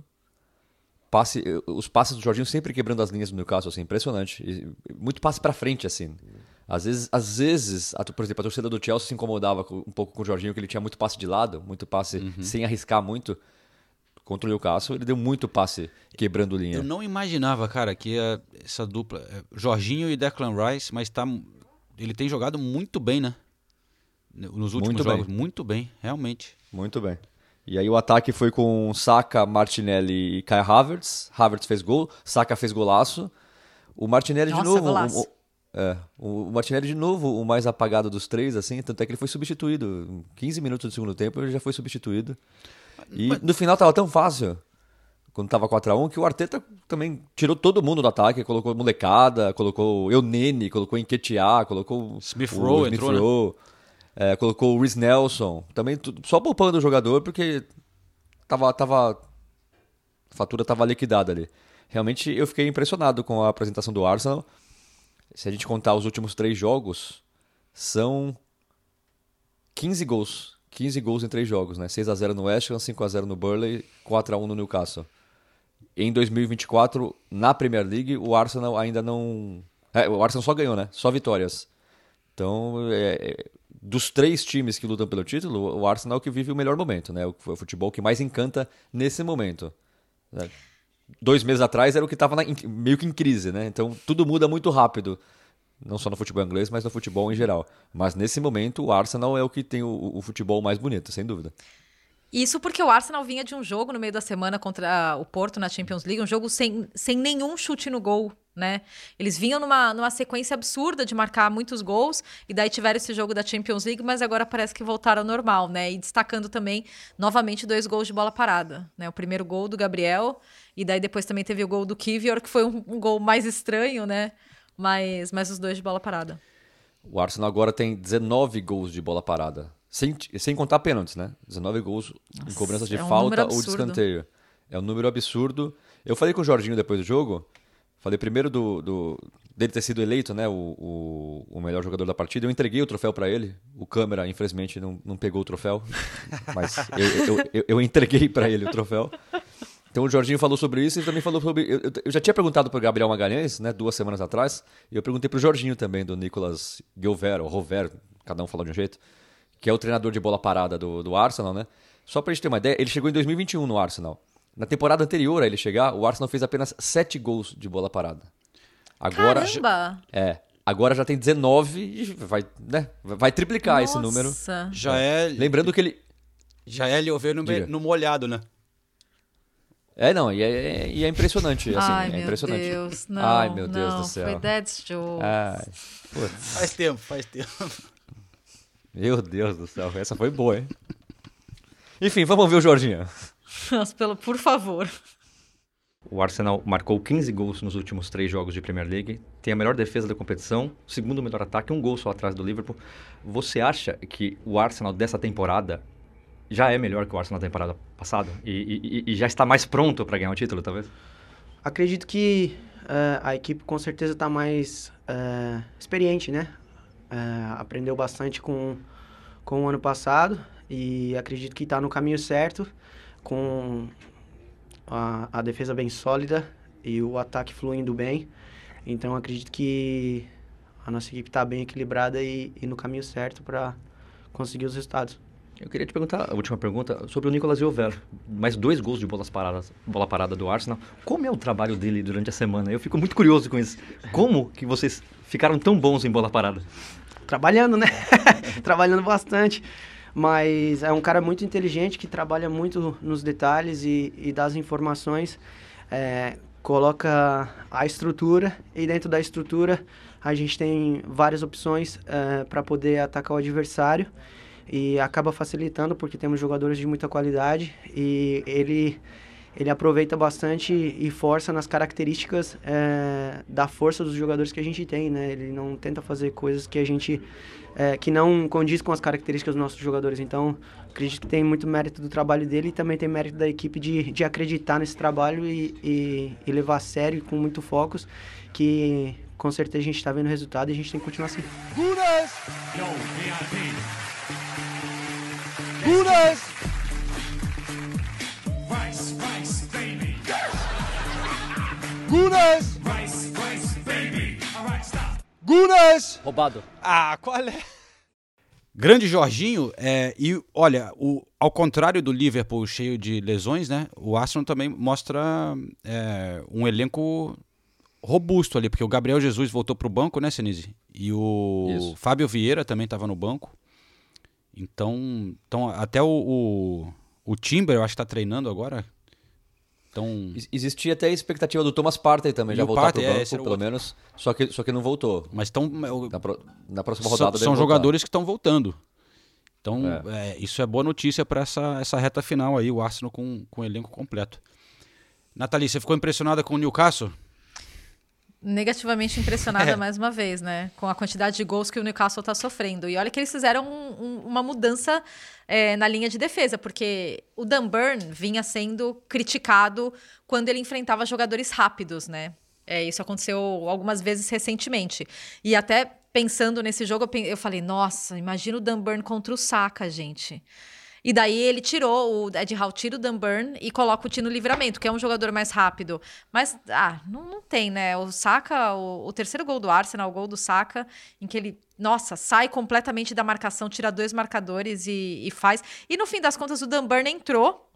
Os passes do Jorginho sempre quebrando as linhas do Newcastle, assim, impressionante. Muito passe pra frente, assim. Às vezes, por exemplo, a torcida do Chelsea se incomodava um pouco com o Jorginho, que ele tinha muito passe de lado, muito passe sem arriscar muito. Contra o Newcastle, ele deu muito passe quebrando linha. Eu não imaginava, cara, que essa dupla, Jorginho e Declan Rice, mas ele tem jogado muito bem, né? Nos últimos jogos, muito bem, realmente. Muito bem. E aí o ataque foi com Saka, Martinelli e Kai Havertz. Havertz fez gol, Saka fez golaço. O Martinelli de novo... o Martinelli de novo o mais apagado dos três, assim, tanto é que ele foi substituído. Em 15 minutos do segundo tempo ele já foi substituído. E no final tava tão fácil, quando tava 4-1, que o Arteta também tirou todo mundo do ataque, colocou molecada, colocou Eunene, colocou Nketiah, colocou Smith Rowe, colocou o Reece Nelson, também só poupando o jogador, porque a fatura tava liquidada ali. Realmente eu fiquei impressionado com a apresentação do Arsenal. Se a gente contar os últimos 3 jogos, são 15 gols. 15 gols em 3 jogos, né? 6-0 no West Ham, 5-0 no Burnley, 4-1 no Newcastle. Em 2024, na Premier League, o Arsenal ainda não... o Arsenal só ganhou, né? Só vitórias. Então, dos 3 times que lutam pelo título, o Arsenal que vive o melhor momento, né? O futebol que mais encanta nesse momento. 2 meses atrás era o que estava meio que em crise, né? Então, tudo muda muito rápido. Não só no futebol inglês, mas no futebol em geral. Mas nesse momento, o Arsenal é o que tem o futebol mais bonito, sem dúvida. Isso porque o Arsenal vinha de um jogo no meio da semana contra o Porto na Champions League, um jogo sem nenhum chute no gol, né? Eles vinham numa sequência absurda de marcar muitos gols, e daí tiveram esse jogo da Champions League, mas agora parece que voltaram ao normal, né? E destacando também, novamente, 2 gols de bola parada, né? O primeiro gol do Gabriel, e daí depois também teve o gol do Kiwior, que foi um gol mais estranho, né? Mas os 2 de bola parada. O Arsenal agora tem 19 gols de bola parada. Sem contar pênaltis, né? 19 gols em cobranças de falta ou de escanteio. É um número absurdo. Eu falei com o Jorginho depois do jogo. Falei primeiro dele ter sido eleito, né, o melhor jogador da partida. Eu entreguei o troféu para ele. O câmera, infelizmente, não pegou o troféu. Mas eu entreguei para ele o troféu. Então o Jorginho falou sobre isso e também falou sobre... Eu já tinha perguntado para o Gabriel Magalhães, né, 2 semanas atrás, e eu perguntei para o Jorginho também, do Nicolas Gilver, ou Rover, cada um falou de um jeito, que é o treinador de bola parada do Arsenal, né? Só pra gente ter uma ideia, ele chegou em 2021 no Arsenal. Na temporada anterior a ele chegar, o Arsenal fez apenas 7 gols de bola parada. Agora, caramba! Agora já tem 19 e vai triplicar esse número. Já é... Lembrando que ele... Já é Liover no molhado, né? E é impressionante, assim, Ai, é impressionante. Deus, não, Ai, meu Deus do céu. Foi Dead's Joke. Faz tempo. Meu Deus do céu, essa foi boa, hein? Enfim, vamos ver o Jorginho. Por favor. O Arsenal marcou 15 gols nos últimos 3 jogos de Premier League, tem a melhor defesa da competição, segundo melhor ataque, 1 gol só atrás do Liverpool. Você acha que o Arsenal dessa temporada já é melhor que o Arsenal da temporada passada? E já está mais pronto para ganhar o título, talvez? Acredito que a equipe com certeza está mais experiente, né? Aprendeu bastante com o ano passado e acredito que está no caminho certo, com a defesa bem sólida e o ataque fluindo bem. Então acredito que a nossa equipe está bem equilibrada e no caminho certo para conseguir os resultados. Eu queria te perguntar, a última pergunta, sobre o Nicolas Jovel. Mais 2 gols de bola parada do Arsenal. Como é o trabalho dele durante a semana? Eu fico muito curioso com isso. Como que vocês ficaram tão bons em bola parada? Trabalhando, né? Trabalhando bastante. Mas é um cara muito inteligente, que trabalha muito nos detalhes e dá as informações. Coloca a estrutura e dentro da estrutura a gente tem várias opções para poder atacar o adversário. E acaba facilitando porque temos jogadores de muita qualidade e ele aproveita bastante e força nas características da força dos jogadores que a gente tem, né? Ele não tenta fazer coisas que a gente que não condiz com as características dos nossos jogadores. Então, acredito que tem muito mérito do trabalho dele e também tem mérito da equipe de acreditar nesse trabalho e levar a sério com muito focos, que com certeza a gente está vendo o resultado e a gente tem que continuar assim. Gunas! Gunas! Gunas! Roubado. Ah, qual é? Grande Jorginho, e olha, ao contrário do Liverpool cheio de lesões, né? O Arsenal também mostra um elenco robusto ali, porque o Gabriel Jesus voltou pro banco, né, Senise? E o Fábio Vieira também estava no banco. Então até o Timber, eu acho que está treinando agora. Então, existia até a expectativa do Thomas Partey também, já voltar para o banco, pelo menos. Só que não voltou. Mas estão... Na próxima rodada são jogadores que estão voltando. Então, isso é boa notícia para essa reta final aí, o Arsenal com o elenco completo. Nathalie, você ficou impressionada com o Newcastle? Negativamente impressionada mais uma vez, né? Com a quantidade de gols que o Newcastle está sofrendo. E olha que eles fizeram uma mudança na linha de defesa, porque o Dan Burn vinha sendo criticado quando ele enfrentava jogadores rápidos, né? Isso aconteceu algumas vezes recentemente. E até pensando nesse jogo, eu falei, nossa, imagina o Dan Burn contra o Saka, gente. E daí ele tirou, o Ed Howe tira o Dan Burn e coloca o Tino Livramento, que é um jogador mais rápido. Mas, não tem, né? O Saka, o terceiro gol do Arsenal, o gol do Saka, em que ele, sai completamente da marcação, tira 2 marcadores e faz. E no fim das contas, o Dan Burn entrou,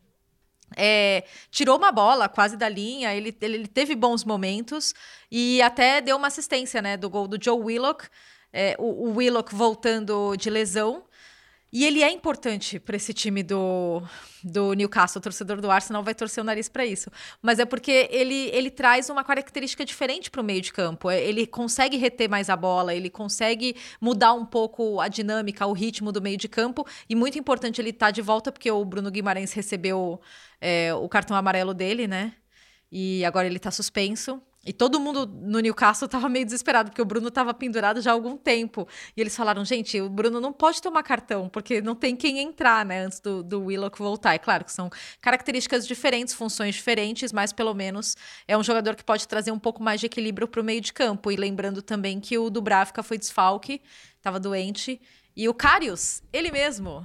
tirou uma bola quase da linha, ele teve bons momentos e até deu uma assistência, né, do gol do Joe Willock, o Willock voltando de lesão. E ele é importante para esse time do Newcastle. O torcedor do Arsenal vai torcer o nariz para isso. Mas é porque ele traz uma característica diferente para o meio de campo. Ele consegue reter mais a bola, ele consegue mudar um pouco a dinâmica, o ritmo do meio de campo. E muito importante ele estar de volta, porque o Bruno Guimarães recebeu o cartão amarelo dele, né? E agora ele está suspenso. E todo mundo no Newcastle estava meio desesperado, porque o Bruno estava pendurado já há algum tempo. E eles falaram, gente, o Bruno não pode tomar cartão, porque não tem quem entrar, né, antes do Willock voltar. É claro que são características diferentes, funções diferentes, mas pelo menos é um jogador que pode trazer um pouco mais de equilíbrio para o meio de campo. E lembrando também que o Dubravka foi desfalque, estava doente. E o Karius, ele mesmo...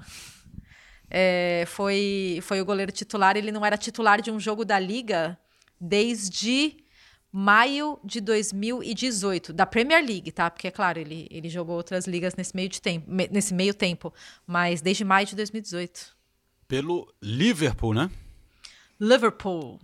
foi o goleiro titular. Ele não era titular de um jogo da Liga desde maio de 2018, da Premier League, tá? Porque, é claro, ele jogou outras ligas nesse meio tempo, mas desde maio de 2018. Pelo Liverpool, né? Liverpool.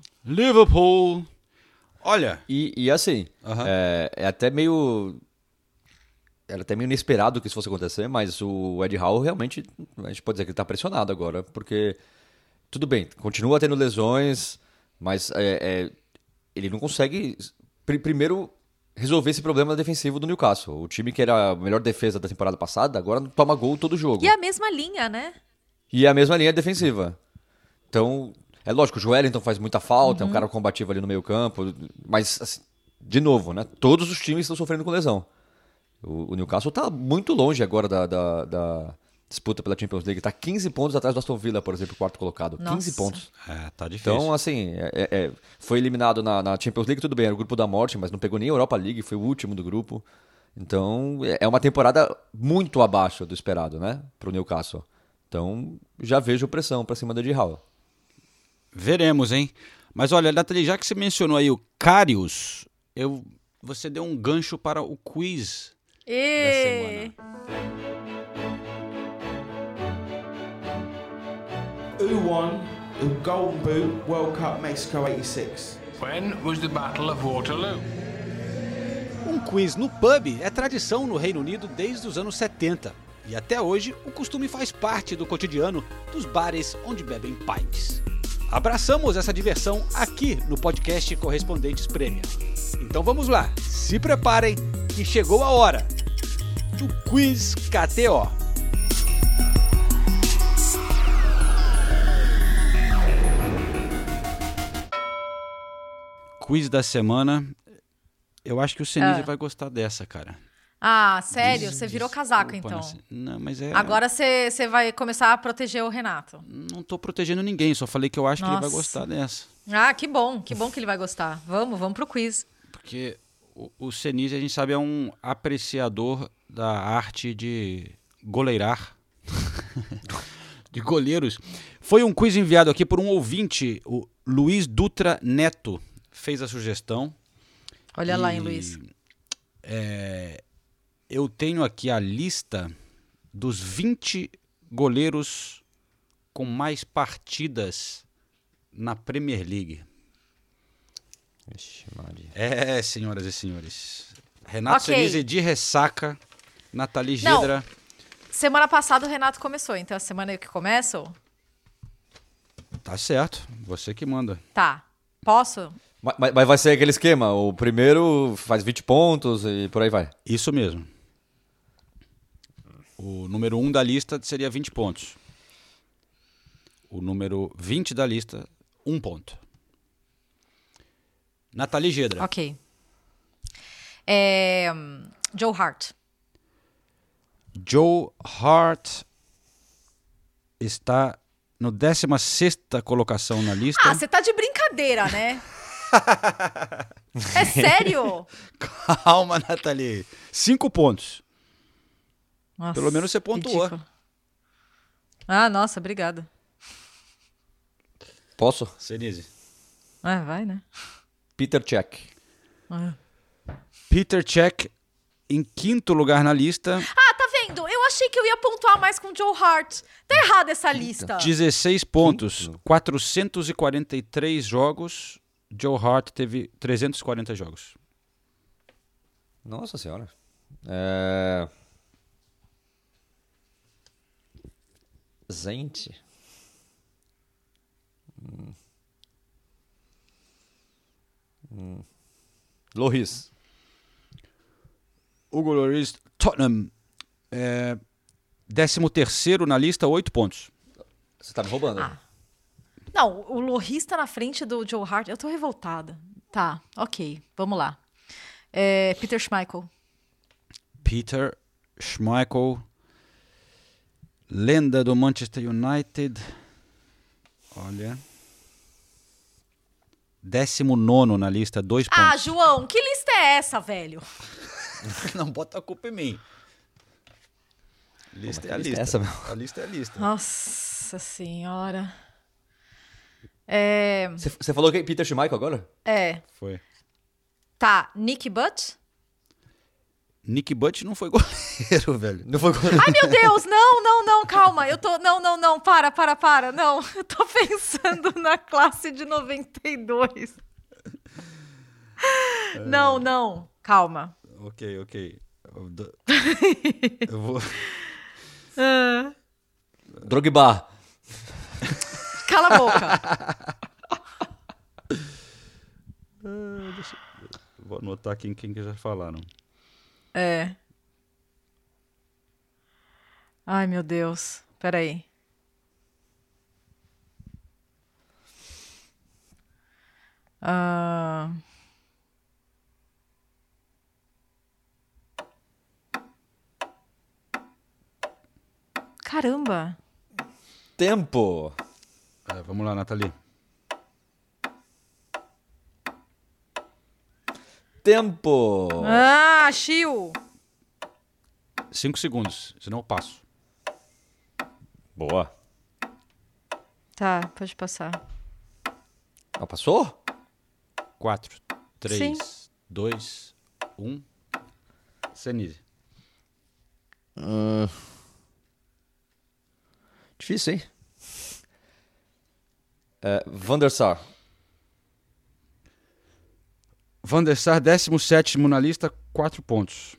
Olha... E assim, é até meio... Era até meio inesperado que isso fosse acontecer, mas o Ed Howe realmente, a gente pode dizer que ele está pressionado agora, porque, tudo bem, continua tendo lesões, mas ele não consegue, primeiro, resolver esse problema defensivo do Newcastle. O time que era a melhor defesa da temporada passada, agora toma gol todo jogo. E a mesma linha, né? E a mesma linha defensiva. Então, É lógico, o Joelinton faz muita falta, é um cara combativo ali no meio campo, mas, assim, de novo, né? Todos os times estão sofrendo com lesão. O Newcastle está muito longe agora da disputa pela Champions League. Está 15 pontos atrás do Aston Villa, por exemplo, quarto colocado. Nossa. 15 pontos. Tá difícil. Então, assim, foi eliminado na Champions League, tudo bem, era o grupo da morte, mas não pegou nem a Europa League, foi o último do grupo. Então, é uma temporada muito abaixo do esperado, né, para o Newcastle. Então, já vejo pressão para cima do Eddie Howe. Veremos, hein? Mas olha, Nathalie, já que você mencionou aí o Karius, você deu um gancho para o quiz da semana. Who won the Golden Boot World Cup Mexico 86? When was the Battle of Waterloo? Um quiz no pub é tradição no Reino Unido desde os anos 70. E até hoje, o costume faz parte do cotidiano dos bares onde bebem pints. Abraçamos essa diversão aqui no podcast Correspondentes Premier. Então vamos lá, se preparem que chegou a hora do Quiz KTO. Quiz da semana. Eu acho que o Senise vai gostar dessa, cara. Ah, sério? Você virou casaca, então. Não, mas é... Agora você vai começar a proteger o Renato. Não tô protegendo ninguém, só falei que eu acho que ele vai gostar dessa. Ah, que bom que ele vai gostar. Vamos pro quiz. Porque o Senise, a gente sabe, é um apreciador da arte de goleirar, de goleiros. Foi um quiz enviado aqui por um ouvinte, o Luiz Dutra Neto, fez a sugestão. Olha lá, hein, Luiz. Eu tenho aqui a lista dos 20 goleiros com mais partidas na Premier League. Vixe, Maria. Senhoras e senhores. Renato Senise de ressaca, Nathalie Gedra. Semana passada o Renato começou, então a semana eu que começo? Tá certo, você que manda. Tá, posso? Mas vai ser aquele esquema, o primeiro faz 20 pontos e por aí vai. Isso mesmo. O número 1 da lista seria 20 pontos. O número 20 da lista, 1 ponto. Nathalie Gedra. Ok. Joe Hart. Joe Hart está no 16ª colocação na lista. Ah, você tá de brincadeira, né? É sério? Calma, Nathalie. 5 pontos. Nossa, pelo menos você pontuou. Ridículo. Ah, nossa, obrigada. Posso? Senise. Vai, né? Peter Cech. Peter Cech em 5º lugar na lista. Ah, tá vendo? Eu achei que eu ia pontuar mais com o Joe Hart. Tá errada essa lista. 16 pontos, 443 jogos. Joe Hart teve 340 jogos. Nossa senhora. Gente. Lloris. Hugo Lloris, Tottenham. 13º na lista, 8 pontos. Você tá me roubando. Não, o Lloris tá na frente do Joe Hart. Eu tô revoltada. Tá, ok. Vamos lá. Peter Schmeichel. Peter Schmeichel. Lenda do Manchester United. Olha. 19º na lista, 2 pontos. Ah, João, que lista é essa, velho? Não bota a culpa em mim. Lista é a lista. Essa, a lista é a lista. Nossa senhora. Você falou que Peter Schmeichel agora? Foi. Tá, Nick Butt? Nick Butt não foi goleiro, velho. Não foi goleiro. Ai, meu Deus, não, calma. Eu tô, não, para. Não, eu tô pensando na classe de 92. Não, calma. Ok. Eu vou... Drogba. Cala a boca. Vou anotar aqui em quem que já falaram. Ai, meu Deus. Peraí. Caramba. Tempo. Vamos lá, Nathalie. Tempo. Chiu. 5 segundos, senão eu passo. Boa. Tá, pode passar. Passou? 4, 3, Sim. 2, 1. Senise. Difícil, hein? Van der Sar. Van der Sar, 17º na lista, 4 pontos.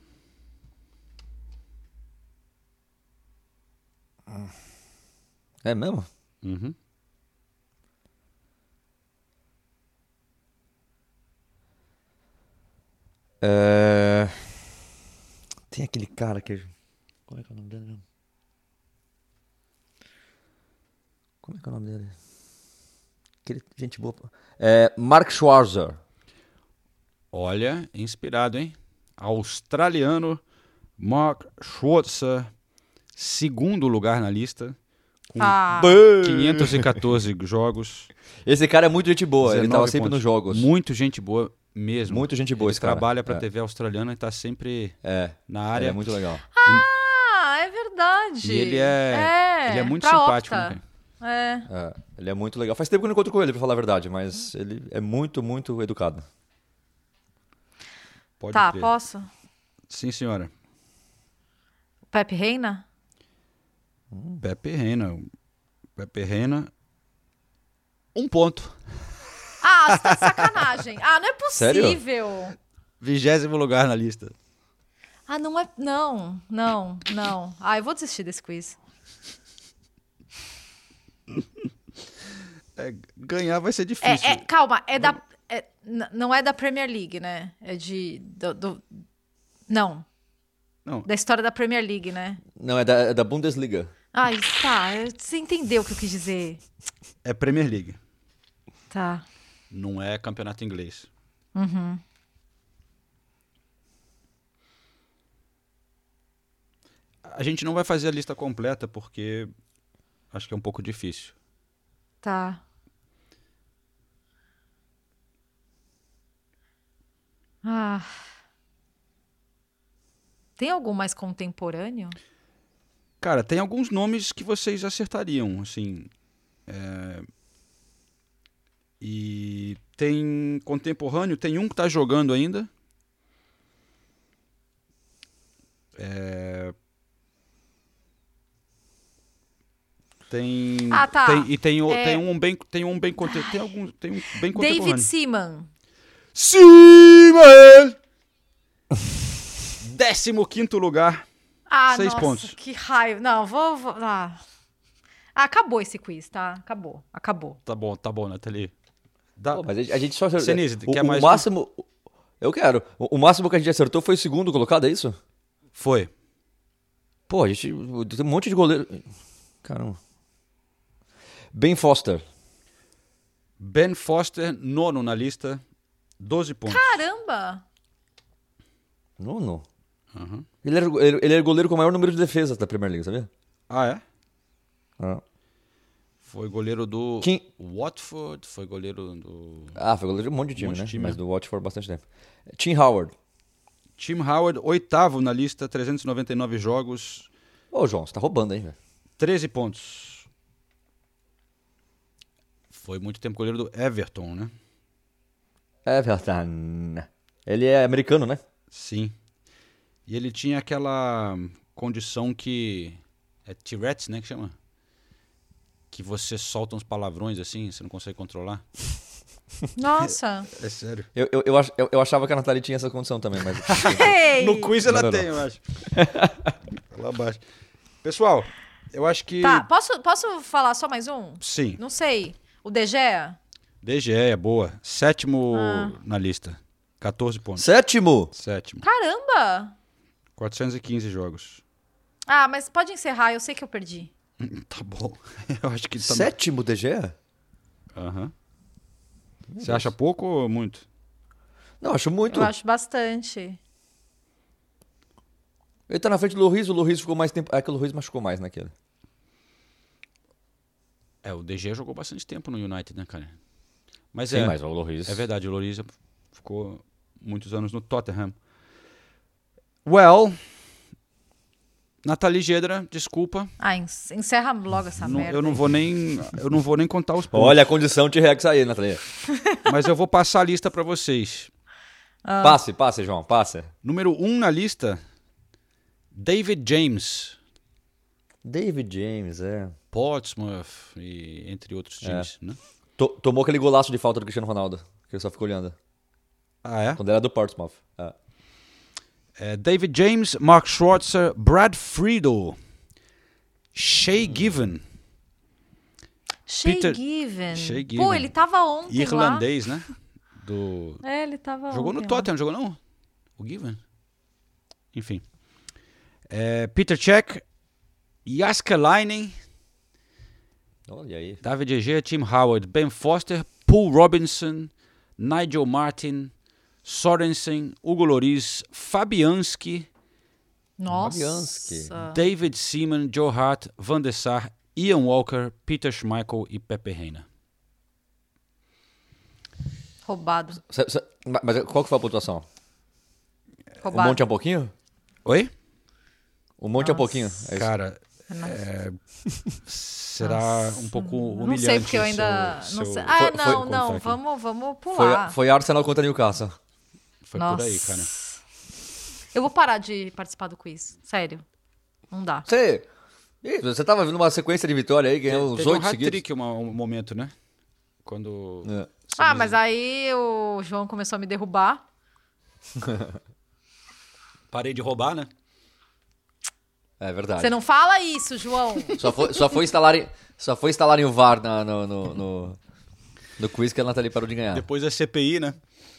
É mesmo? Uhum. Tem aquele cara que... Como é que é o nome dele? Como é que é o nome dele? Aquele gente boa. Mark Schwarzer. Olha, inspirado, hein? Australiano Mark Schwarzer, 2º lugar na lista, com 514 jogos. Esse cara é muito gente boa, ele tava sempre pontos. nos jogos. Muito gente boa mesmo. Muito gente boa ele esse cara. Trabalha pra TV australiana e tá sempre na área. É muito legal. É verdade. E ele é muito pra simpático. Opta. Né? Ele é muito legal. Faz tempo que eu não encontro com ele, pra falar a verdade, mas ele é muito, muito educado. Pode Tá, crer. posso? Sim, senhora. Pepe Reina? Pepe Reina. Pepe Reina. 1 ponto. Você tá de sacanagem. Não é possível. 20º lugar na lista. Não é... Não. Eu vou desistir desse quiz. Ganhar vai ser difícil. Calma, não é da Premier League, né? É Não. Da história da Premier League, né? Não, é da Bundesliga. Tá. Você entendeu o que eu quis dizer. É Premier League. Tá. Não é campeonato inglês. Uhum. A gente não vai fazer a lista completa porque acho que é um pouco difícil. Tá. Tem algum mais contemporâneo? Cara, tem alguns nomes que vocês acertariam, assim. E tem contemporâneo, tem um que tá jogando ainda. Tem. Tá. Tem um bem contemporâneo. David Seaman. Seaman! 15º lugar. 6 pontos. Que raiva. Não, vou... acabou esse quiz, tá? Acabou. Tá bom, Nathalie. Mas a gente só acertou. Senise, quer mais? O máximo... Eu quero. O máximo que a gente acertou foi o 2º colocado, é isso? Foi. Pô, a gente... Tem um monte de goleiro... Caramba. Ben Foster. Ben Foster, 9º na lista. 12 pontos. Caramba! 9º? Uhum. Ele é goleiro com o maior número de defesas da Premier League, sabia? É? Ah. Foi goleiro do Watford, foi goleiro do... foi goleiro de um monte de time, né? Mas do Watford bastante tempo. Tim Howard. Tim Howard, 8º na lista, 399 jogos. Ô, João, você tá roubando, hein, velho? 13 pontos. Foi muito tempo goleiro do Everton, né? Everton. Ele é americano, né? Sim. E ele tinha aquela condição que... É Tourette's, né, que chama? Que você solta uns palavrões assim, você não consegue controlar. Nossa. É sério. Eu achava que a Nathalie tinha essa condição também, mas... No quiz ela tem, eu acho. Lá abaixo. Pessoal, eu acho que... Tá, posso falar só mais um? Sim. Não sei. O De Gea? De Gea, boa. 7º na lista. 14 pontos. 7º? 7º. Caramba! 415 jogos. Mas pode encerrar, eu sei que eu perdi. Tá bom. Eu acho que... 7º De Gea? Aham. Você acha pouco ou muito? Não, acho muito. Eu acho bastante. Ele tá na frente do Lloris, o Lloris ficou mais tempo. É que o Lloris machucou mais naquele. O DG jogou bastante tempo no United, né, cara? Mas Sim, mas o Lloris... É verdade, o Lloris ficou muitos anos no Tottenham. Well, Nathalie Gedra, desculpa. Encerra logo essa merda. Eu não vou nem contar os pontos. Olha a condição de Rex aí, Nathalie. Mas eu vou passar a lista pra vocês. Passe, João, passe. Número 1 na lista, David James. David James, Portsmouth e entre outros times, né? Tomou aquele golaço de falta do Cristiano Ronaldo, que ele só ficou olhando. Ah, é? Quando era do Portsmouth. David James, Mark Schwarzer, Brad Friedel, Shay Given. Shay Given. Pô, ele tava ontem irlandês, lá. né? Ele tava jogou ontem no Tottenham, jogou não? O Given? Enfim. Peter Cech, Jääskeläinen. Olha aí. David Egea, Tim Howard, Ben Foster, Paul Robinson, Nigel Martin, Sorensen, Hugo Lloris, Fabianski, David Seaman, Joe Hart, Van der Sar, Ian Walker, Peter Schmeichel e Pepe Reina. Roubado. Mas qual que foi a pontuação? Roubado. O monte é um pouquinho? Oi? O monte é um pouquinho. Cara, será um pouco humilhante. Não sei, porque eu ainda... não sei. Vamos pular. Foi Arsenal contra Newcastle. Foi por aí, cara. Eu vou parar de participar do quiz. Sério. Não dá. Você tava vendo uma sequência de vitória aí, ganhou uns 8 seguidos. Teve um momento, né? Quando... mas aí o João começou a me derrubar. Parei de roubar, né? É verdade. Você não fala isso, João. Só foi instalarem o VAR no quiz que a Nathalie parou de ganhar. Depois da CPI, né?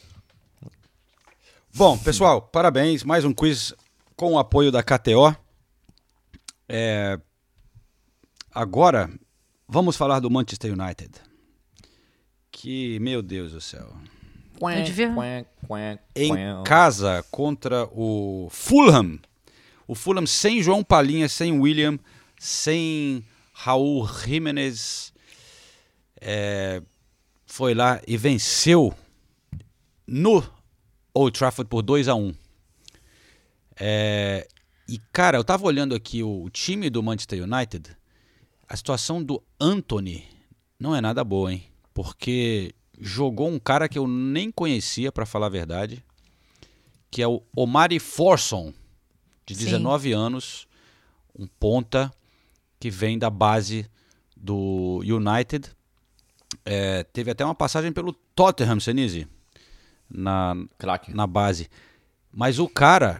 Bom, pessoal, parabéns. Mais um quiz com o apoio da KTO. Agora, vamos falar do Manchester United. Que, meu Deus do céu. Em casa contra o Fulham. O Fulham sem João Palhinha, sem William, sem Raul Jimenez. Foi lá e venceu no Old Trafford por 2-1. E, cara, eu tava olhando aqui o time do Manchester United. A situação do Antony não é nada boa, hein? Porque jogou um cara que eu nem conhecia, pra falar a verdade, que é o Omari Forson, de 19 anos, um ponta que vem da base do United. Teve até uma passagem pelo Tottenham, Senise, na base. Mas o cara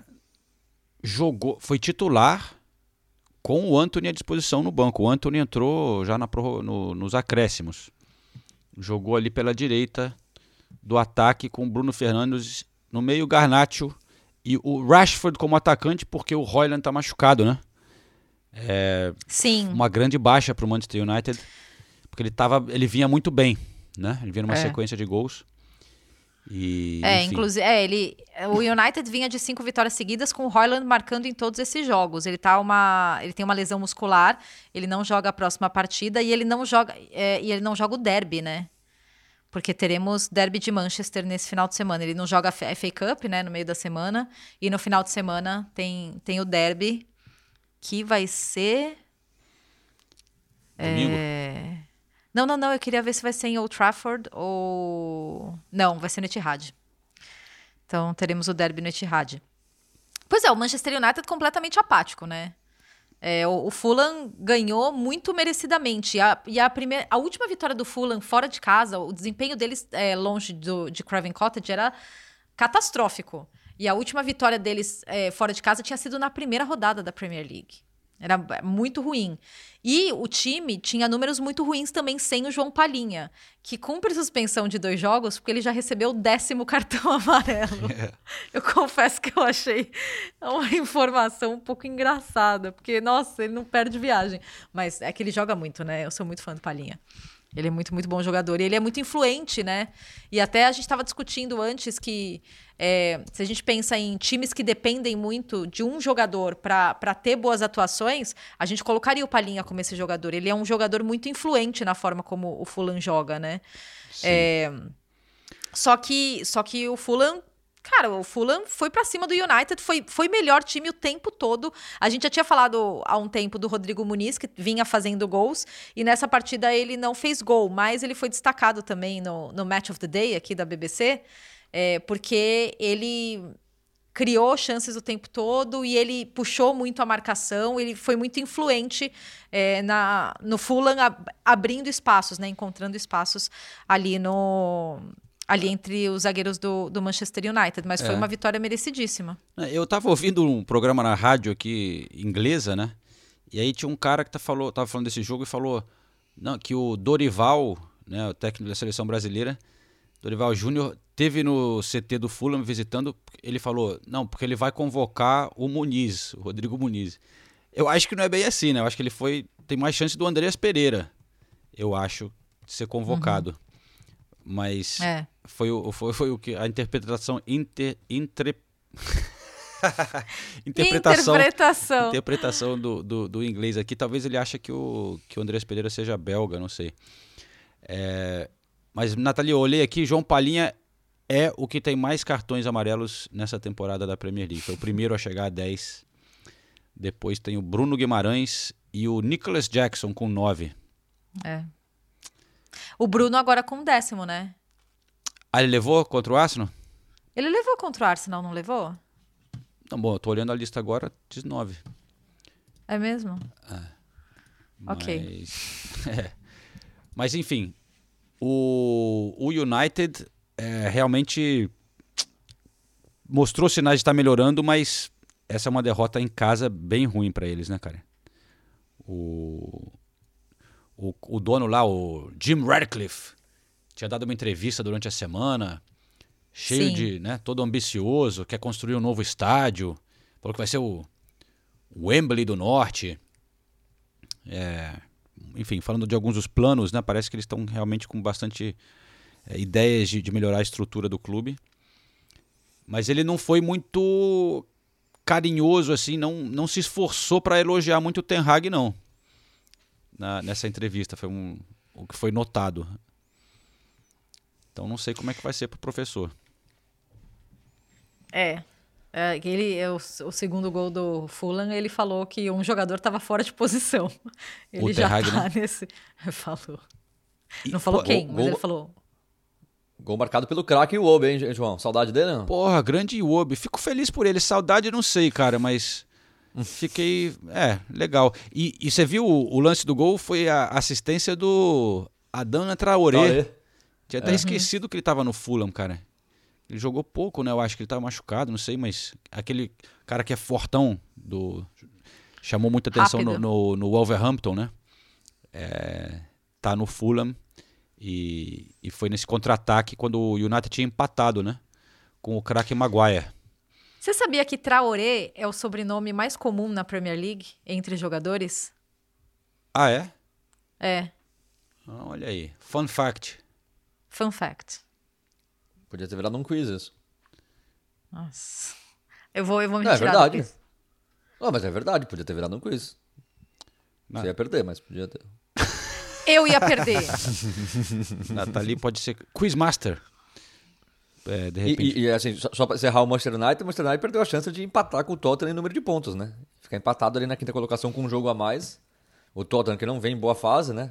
foi titular com o Antony à disposição no banco. O Antony entrou já nos acréscimos. Jogou ali pela direita do ataque com o Bruno Fernandes no meio, Garnacho e o Rashford como atacante, porque o Højlund tá machucado, né? Sim. Uma grande baixa para o Manchester United, porque ele vinha muito bem, né? Ele vinha numa sequência de gols. E, inclusive, o United vinha de 5 vitórias seguidas com o Højlund marcando em todos esses jogos. Ele tem uma lesão muscular, ele não joga a próxima partida e ele não joga o derby, né? Porque teremos derby de Manchester nesse final de semana. Ele não joga a FA Cup, né, no meio da semana, e no final de semana tem o derby, que vai ser... Domingo? Não, eu queria ver se vai ser em Old Trafford ou... Não, vai ser no Etihad. Então, teremos o derby no Etihad. Pois o Manchester United completamente apático, né? O Fulham ganhou muito merecidamente. A última vitória do Fulham fora de casa, o desempenho deles longe de Craven Cottage era catastrófico. E a última vitória deles fora de casa tinha sido na primeira rodada da Premier League. Era muito ruim. E o time tinha números muito ruins também sem o João Palhinha, que cumpre suspensão de 2 jogos porque ele já recebeu o 10º cartão amarelo. Eu confesso que eu achei uma informação um pouco engraçada, porque, nossa, ele não perde viagem. Mas é que ele joga muito, né? Eu sou muito fã do Palhinha. Ele é muito, muito bom jogador. E ele é muito influente, né? E até a gente estava discutindo antes que se a gente pensa em times que dependem muito de um jogador para ter boas atuações, a gente colocaria o Palhinha como esse jogador. Ele é um jogador muito influente na forma como o Fulham joga, né? Só que o Fulham... Cara, o Fulham foi pra cima do United, foi melhor time o tempo todo. A gente já tinha falado há um tempo do Rodrigo Muniz, que vinha fazendo gols, e nessa partida ele não fez gol, mas ele foi destacado também no Match of the Day aqui da BBC, porque ele criou chances o tempo todo e ele puxou muito a marcação, ele foi muito influente no Fulham, abrindo espaços, né, encontrando espaços ali entre os zagueiros do Manchester United, mas foi uma vitória merecidíssima. Eu tava ouvindo um programa na rádio aqui, inglesa, né? E aí tinha um cara que tava falando desse jogo e falou que o Dorival, né, o técnico da seleção brasileira, Dorival Júnior, teve no CT do Fulham visitando, ele falou, não, porque ele vai convocar o Muniz, o Rodrigo Muniz. Eu acho que não é bem assim, né? Eu acho que ele tem mais chance do Andreas Pereira, eu acho, de ser convocado. Mas foi o que a interpretação interpretação do inglês aqui. Talvez ele ache que o Andreas Pereira seja belga, não sei. Mas, Nathalie, eu olhei aqui, João Palhinha é o que tem mais cartões amarelos nessa temporada da Premier League. Foi o primeiro a chegar a 10. Depois tem o Bruno Guimarães e o Nicholas Jackson com 9. O Bruno agora com 10º, né? Ele levou contra o Arsenal? Ele levou contra o Arsenal, não levou? Não, bom, eu tô olhando a lista agora, diz 9. É mesmo? Ok. Mas enfim, o United realmente mostrou sinais de estar melhorando, mas essa é uma derrota em casa bem ruim para eles, né, cara? O dono lá, o Jim Ratcliffe, tinha dado uma entrevista durante a semana, cheio de, né, todo ambicioso, quer construir um novo estádio, falou que vai ser o Wembley do Norte. Enfim, falando de alguns dos planos, né, parece que eles estão realmente com bastante ideias de melhorar a estrutura do clube. Mas ele não foi muito carinhoso, assim, não se esforçou para elogiar muito o Ten Hag, não. Nessa entrevista, foi o que foi notado. Então não sei como é que vai ser pro professor. O segundo gol do Fulham, ele falou que um jogador estava fora de posição. Ele já Hag, tá né? nesse... Falou. Não falou quem, mas ele falou... Gol marcado pelo craque Iwobi, hein, João? Saudade dele, não? Porra, grande Iwobi. Fico feliz por ele. Saudade não sei, cara, mas... Fiquei... legal. E você viu o lance do gol? Foi a assistência do Adama Traoré. Tinha até esquecido que ele tava no Fulham, cara. Ele jogou pouco, né? Eu acho que ele tava machucado, não sei, mas aquele cara que é fortão, chamou muita atenção no Wolverhampton, né? Tá no Fulham e foi nesse contra-ataque quando o United tinha empatado, né? Com o craque Maguire. Você sabia que Traoré é o sobrenome mais comum na Premier League entre jogadores? Ah, é? É. Olha aí. Fun fact. Fun fact. Podia ter virado um quiz isso. Nossa. Eu vou me retirar. É verdade. Mas é verdade, podia ter virado um quiz. Você ia perder, mas podia ter. Eu ia perder. Nathalie pode ser Quizmaster. De repente. E assim, só para encerrar o Manchester United perdeu a chance de empatar com o Tottenham em número de pontos, né? Ficar empatado ali na quinta colocação com um jogo a mais. O Tottenham que não vem em boa fase, né?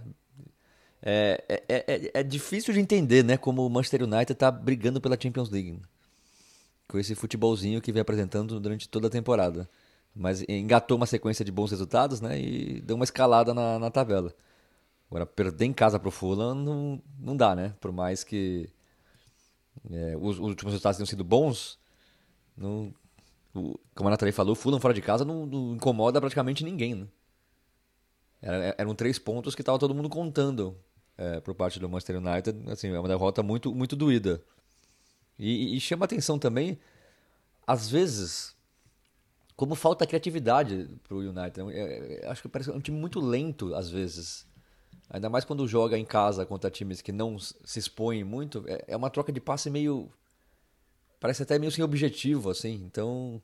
É difícil de entender, né? Como o Manchester United tá brigando pela Champions League. Com esse futebolzinho que vem apresentando durante toda a temporada. Mas engatou uma sequência de bons resultados, né? E deu uma escalada na tabela. Agora, perder em casa pro Fulham não dá, né? Por mais que os últimos resultados tenham sido bons, como a Nathalie falou, o Fulham fora de casa não incomoda praticamente ninguém, né? Eram 3 pontos que estava todo mundo contando por parte do Manchester United. Assim, é uma derrota muito, muito doída. E chama atenção também, às vezes, como falta criatividade pro United. Acho que parece um time muito lento, às vezes. Ainda mais quando joga em casa contra times que não se expõem muito. É uma troca de passe meio... Parece até meio sem objetivo, assim. Então...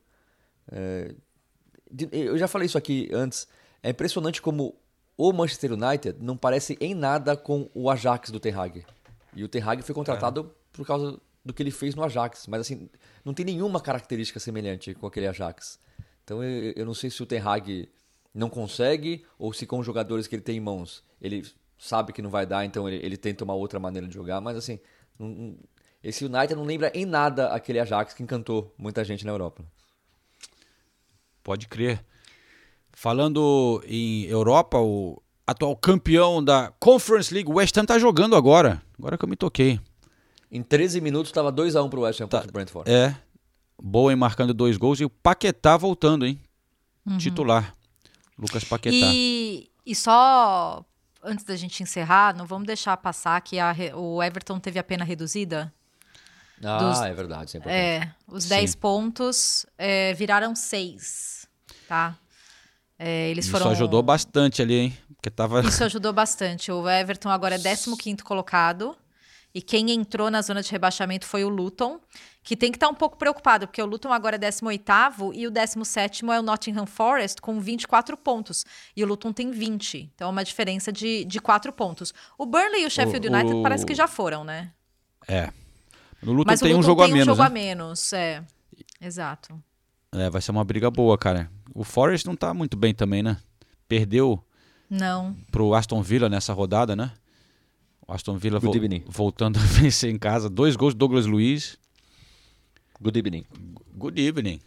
Eu já falei isso aqui antes. É impressionante como o Manchester United não parece em nada com o Ajax do Ten Hag. E o Ten Hag foi contratado por causa do que ele fez no Ajax. Mas assim, não tem nenhuma característica semelhante com aquele Ajax. Então eu não sei se o Ten Hag não consegue ou se com os jogadores que ele tem em mãos ele sabe que não vai dar, então ele tenta uma outra maneira de jogar. Mas assim, esse United não lembra em nada aquele Ajax que encantou muita gente na Europa. Pode crer. Falando em Europa, o atual campeão da Conference League, o West Ham tá jogando agora. Agora que eu me toquei. Em 13 minutos estava 2-1 pro West Ham contra o Brentford. Bowen marcando 2 gols e o Paquetá voltando, hein? Titular. Lucas Paquetá. E só antes da gente encerrar, não vamos deixar passar que o Everton teve a pena reduzida. É verdade, isso é importante. Os 10 pontos viraram 6, tá? Isso ajudou bastante ali, hein? Porque Isso ajudou bastante. O Everton agora é 15º colocado. E quem entrou na zona de rebaixamento foi o Luton, que tem que estar um pouco preocupado, porque o Luton agora é 18º e o 17º é o Nottingham Forest com 24 pontos. E o Luton tem 20, então é uma diferença de 4 pontos. O Burnley e o Sheffield United parece que já foram, né? No Luton Mas tem o Luton um jogo tem a menos, um jogo né? a menos, exato. Vai ser uma briga boa, cara. O Forest não tá muito bem também, né? Perdeu pro Aston Villa nessa rodada, né? O Aston Villa voltando a vencer em casa. 2 gols de Douglas Luiz. Good evening. Good evening.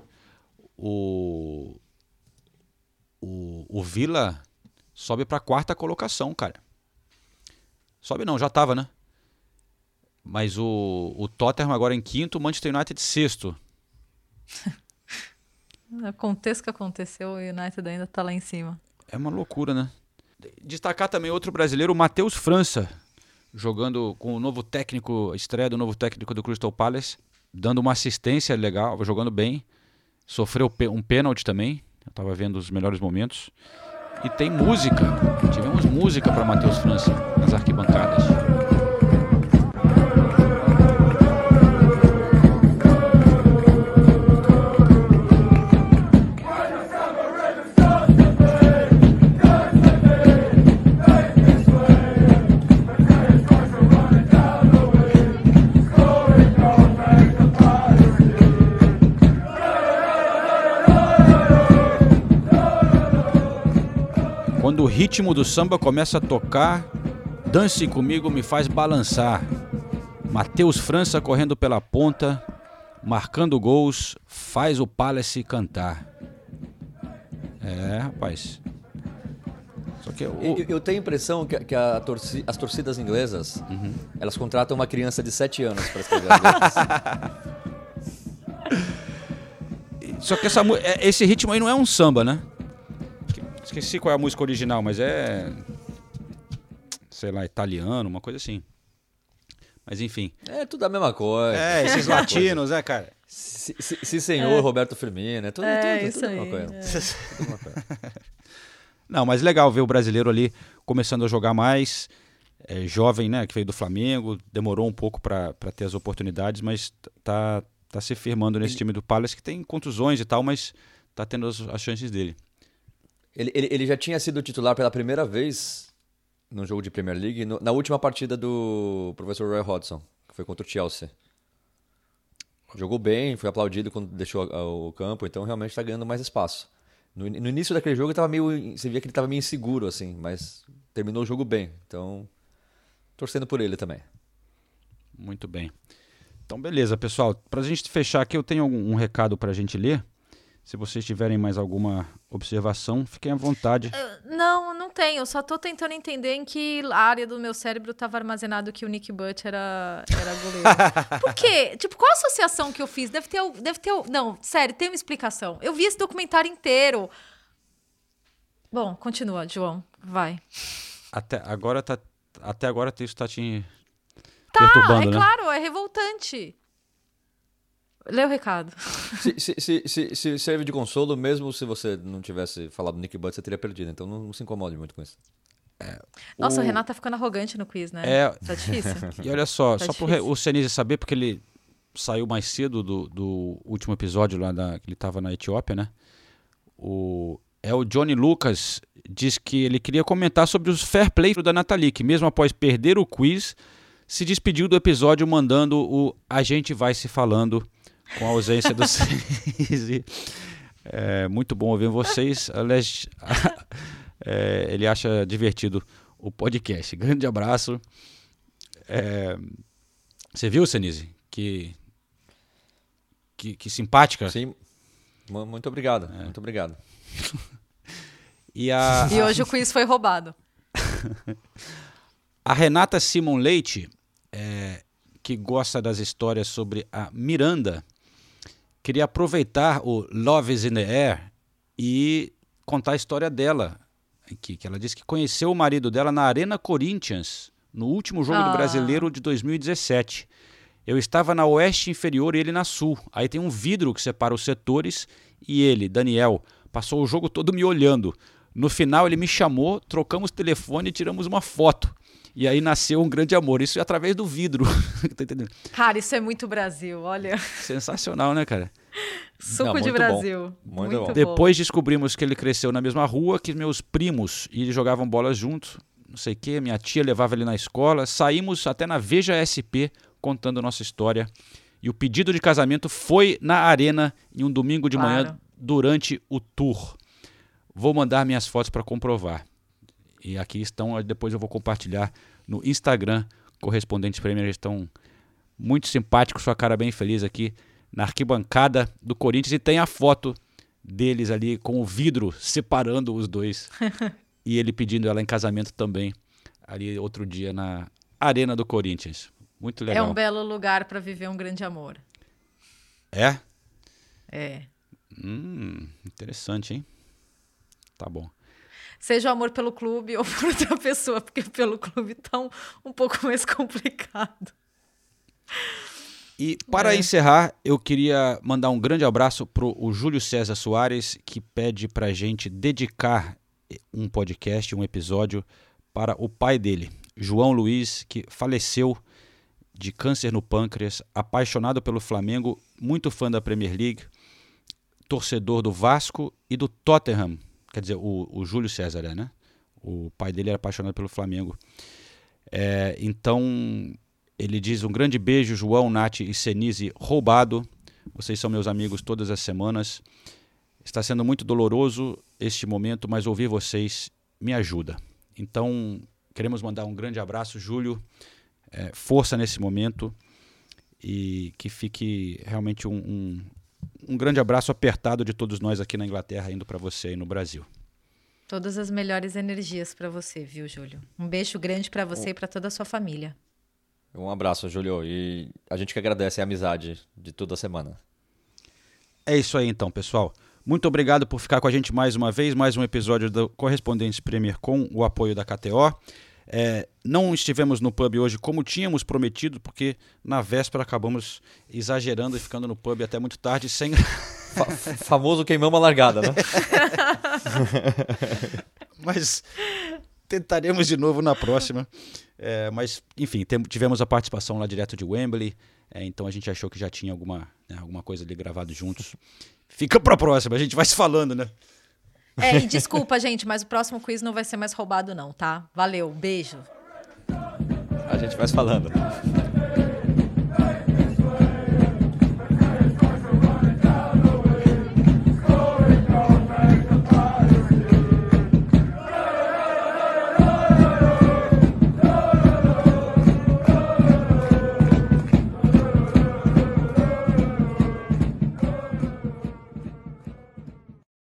O Villa sobe pra 4ª colocação, cara. Sobe não, já tava, né? Mas o Tottenham agora em 5º, o Manchester United 6º. Aconteça o que aconteceu, o United ainda tá lá em cima. É uma loucura, né? Destacar também outro brasileiro, o Matheus França, jogando com o novo técnico, estreia do novo técnico do Crystal Palace, dando uma assistência legal, jogando bem. Sofreu um pênalti também, eu tava vendo os melhores momentos. E tem música, tivemos música para Matheus França nas arquibancadas. Quando o ritmo do samba começa a tocar, Dance Comigo me faz balançar. Matheus França correndo pela ponta, marcando gols, faz o Palace cantar. Rapaz. Só que eu tenho a impressão que as torcidas inglesas, elas contratam uma criança de 7 anos para escrever as letras. Só que esse ritmo aí não é um samba, né? Esqueci qual é a música original, mas sei lá, italiano, uma coisa assim. Mas enfim. É tudo a mesma coisa. Esses latinos, cara. Senhor, Roberto Firmino, tudo isso aí. uma coisa. Não, mas legal ver o brasileiro ali começando a jogar mais. Jovem, né, que veio do Flamengo, demorou um pouco para ter as oportunidades, mas tá se firmando nesse time do Palace, que tem contusões e tal, mas tá tendo as chances dele. Ele já tinha sido titular pela primeira vez no jogo de Premier League na última partida do professor Roy Hodgson, que foi contra o Chelsea. Jogou bem, foi aplaudido quando deixou o campo, então realmente está ganhando mais espaço. No início daquele jogo você via que ele estava meio inseguro, assim, mas terminou o jogo bem. Então, torcendo por ele também. Muito bem. Então, beleza, pessoal. Para a gente fechar aqui, eu tenho um recado para a gente ler. Se vocês tiverem mais alguma observação, fiquem à vontade. Não tenho. Eu só tô tentando entender em que área do meu cérebro estava armazenado que o Nick Butt era goleiro. Por quê? Qual a associação que eu fiz? Deve ter... Não, sério, tem uma explicação. Eu vi esse documentário inteiro. Bom, continua, João. Vai. Até agora isso tá te perturbando, né? Claro, é revoltante. Lê o recado. Se serve de consolo, mesmo se você não tivesse falado do Nick Butt, você teria perdido. Então não se incomode muito com isso. Nossa, o Renato tá ficando arrogante no quiz, né? Tá difícil. E olha só, Tá só difícil. para o Senise saber, porque ele saiu mais cedo do último episódio lá que ele estava na Etiópia, né? O Johnny Lucas diz que ele queria comentar sobre os fair play da Nathalie, que mesmo após perder o quiz, se despediu do episódio mandando o "A gente vai se falando" com a ausência do Senise. Muito bom ouvir vocês. Aliás, ele acha divertido o podcast. Grande abraço. Você viu, Senise? Que simpática. Sim. Muito obrigado. Muito obrigado. E hoje o quiz foi roubado. A Renata Simon Leite, que gosta das histórias sobre a Miranda, queria aproveitar o Love is in the Air e contar a história dela. Que ela disse que conheceu o marido dela na Arena Corinthians, no último jogo do Brasileiro de 2017. Eu estava na Oeste Inferior e ele na Sul. Aí tem um vidro que separa os setores e ele, Daniel, passou o jogo todo me olhando. No final ele me chamou, trocamos telefone e tiramos uma foto. E aí nasceu um grande amor. Isso é através do vidro. Tá entendendo? Cara, isso é muito Brasil, olha. Sensacional, né, cara? Suco de Brasil. Muito bom. Depois descobrimos que ele cresceu na mesma rua que meus primos e eles jogavam bola juntos. Não sei o quê. Minha tia levava ele na escola. Saímos até na Veja SP contando nossa história. E o pedido de casamento foi na Arena em um domingo de manhã durante o tour. Vou mandar minhas fotos para comprovar. E aqui estão, depois eu vou compartilhar no Instagram. Correspondentes Premier estão muito simpáticos, sua cara bem feliz aqui na arquibancada do Corinthians. E tem a foto deles ali com o vidro separando os dois. E ele pedindo ela em casamento também, ali outro dia na Arena do Corinthians. Muito legal. É um belo lugar para viver um grande amor. É? É. Interessante, hein? Tá bom. Seja o amor pelo clube ou por outra pessoa, porque pelo clube tá um pouco mais complicado. E para encerrar, eu queria mandar um grande abraço pro o Júlio César Soares, que pede pra gente dedicar um podcast, um episódio, para o pai dele, João Luiz, que faleceu de câncer no pâncreas, apaixonado pelo Flamengo, muito fã da Premier League, torcedor do Vasco e do Tottenham. Quer dizer, o Júlio César, né? O pai dele era apaixonado pelo Flamengo. Então, ele diz um grande beijo, João, Nath e Senise roubado. Vocês são meus amigos todas as semanas. Está sendo muito doloroso este momento, mas ouvir vocês me ajuda. Então, queremos mandar um grande abraço, Júlio. Força nesse momento e que fique realmente um grande abraço apertado de todos nós aqui na Inglaterra, indo para você aí no Brasil. Todas as melhores energias para você, viu, Júlio? Um beijo grande para você e para toda a sua família. Um abraço, Júlio. E a gente que agradece a amizade de toda a semana. É isso aí então, pessoal. Muito obrigado por ficar com a gente mais uma vez, mais um episódio do Correspondentes Premier com o apoio da KTO. Não estivemos no pub hoje como tínhamos prometido, porque na véspera acabamos exagerando e ficando no pub até muito tarde sem... Famoso queimamos a largada, né? Mas tentaremos de novo na próxima. Mas, enfim, tivemos a participação lá direto de Wembley, então a gente achou que já tinha alguma coisa ali gravado juntos. Fica pra próxima, a gente vai se falando, né? E desculpa, gente, mas o próximo quiz não vai ser mais roubado não, tá? Valeu, beijo. A gente vai se falando.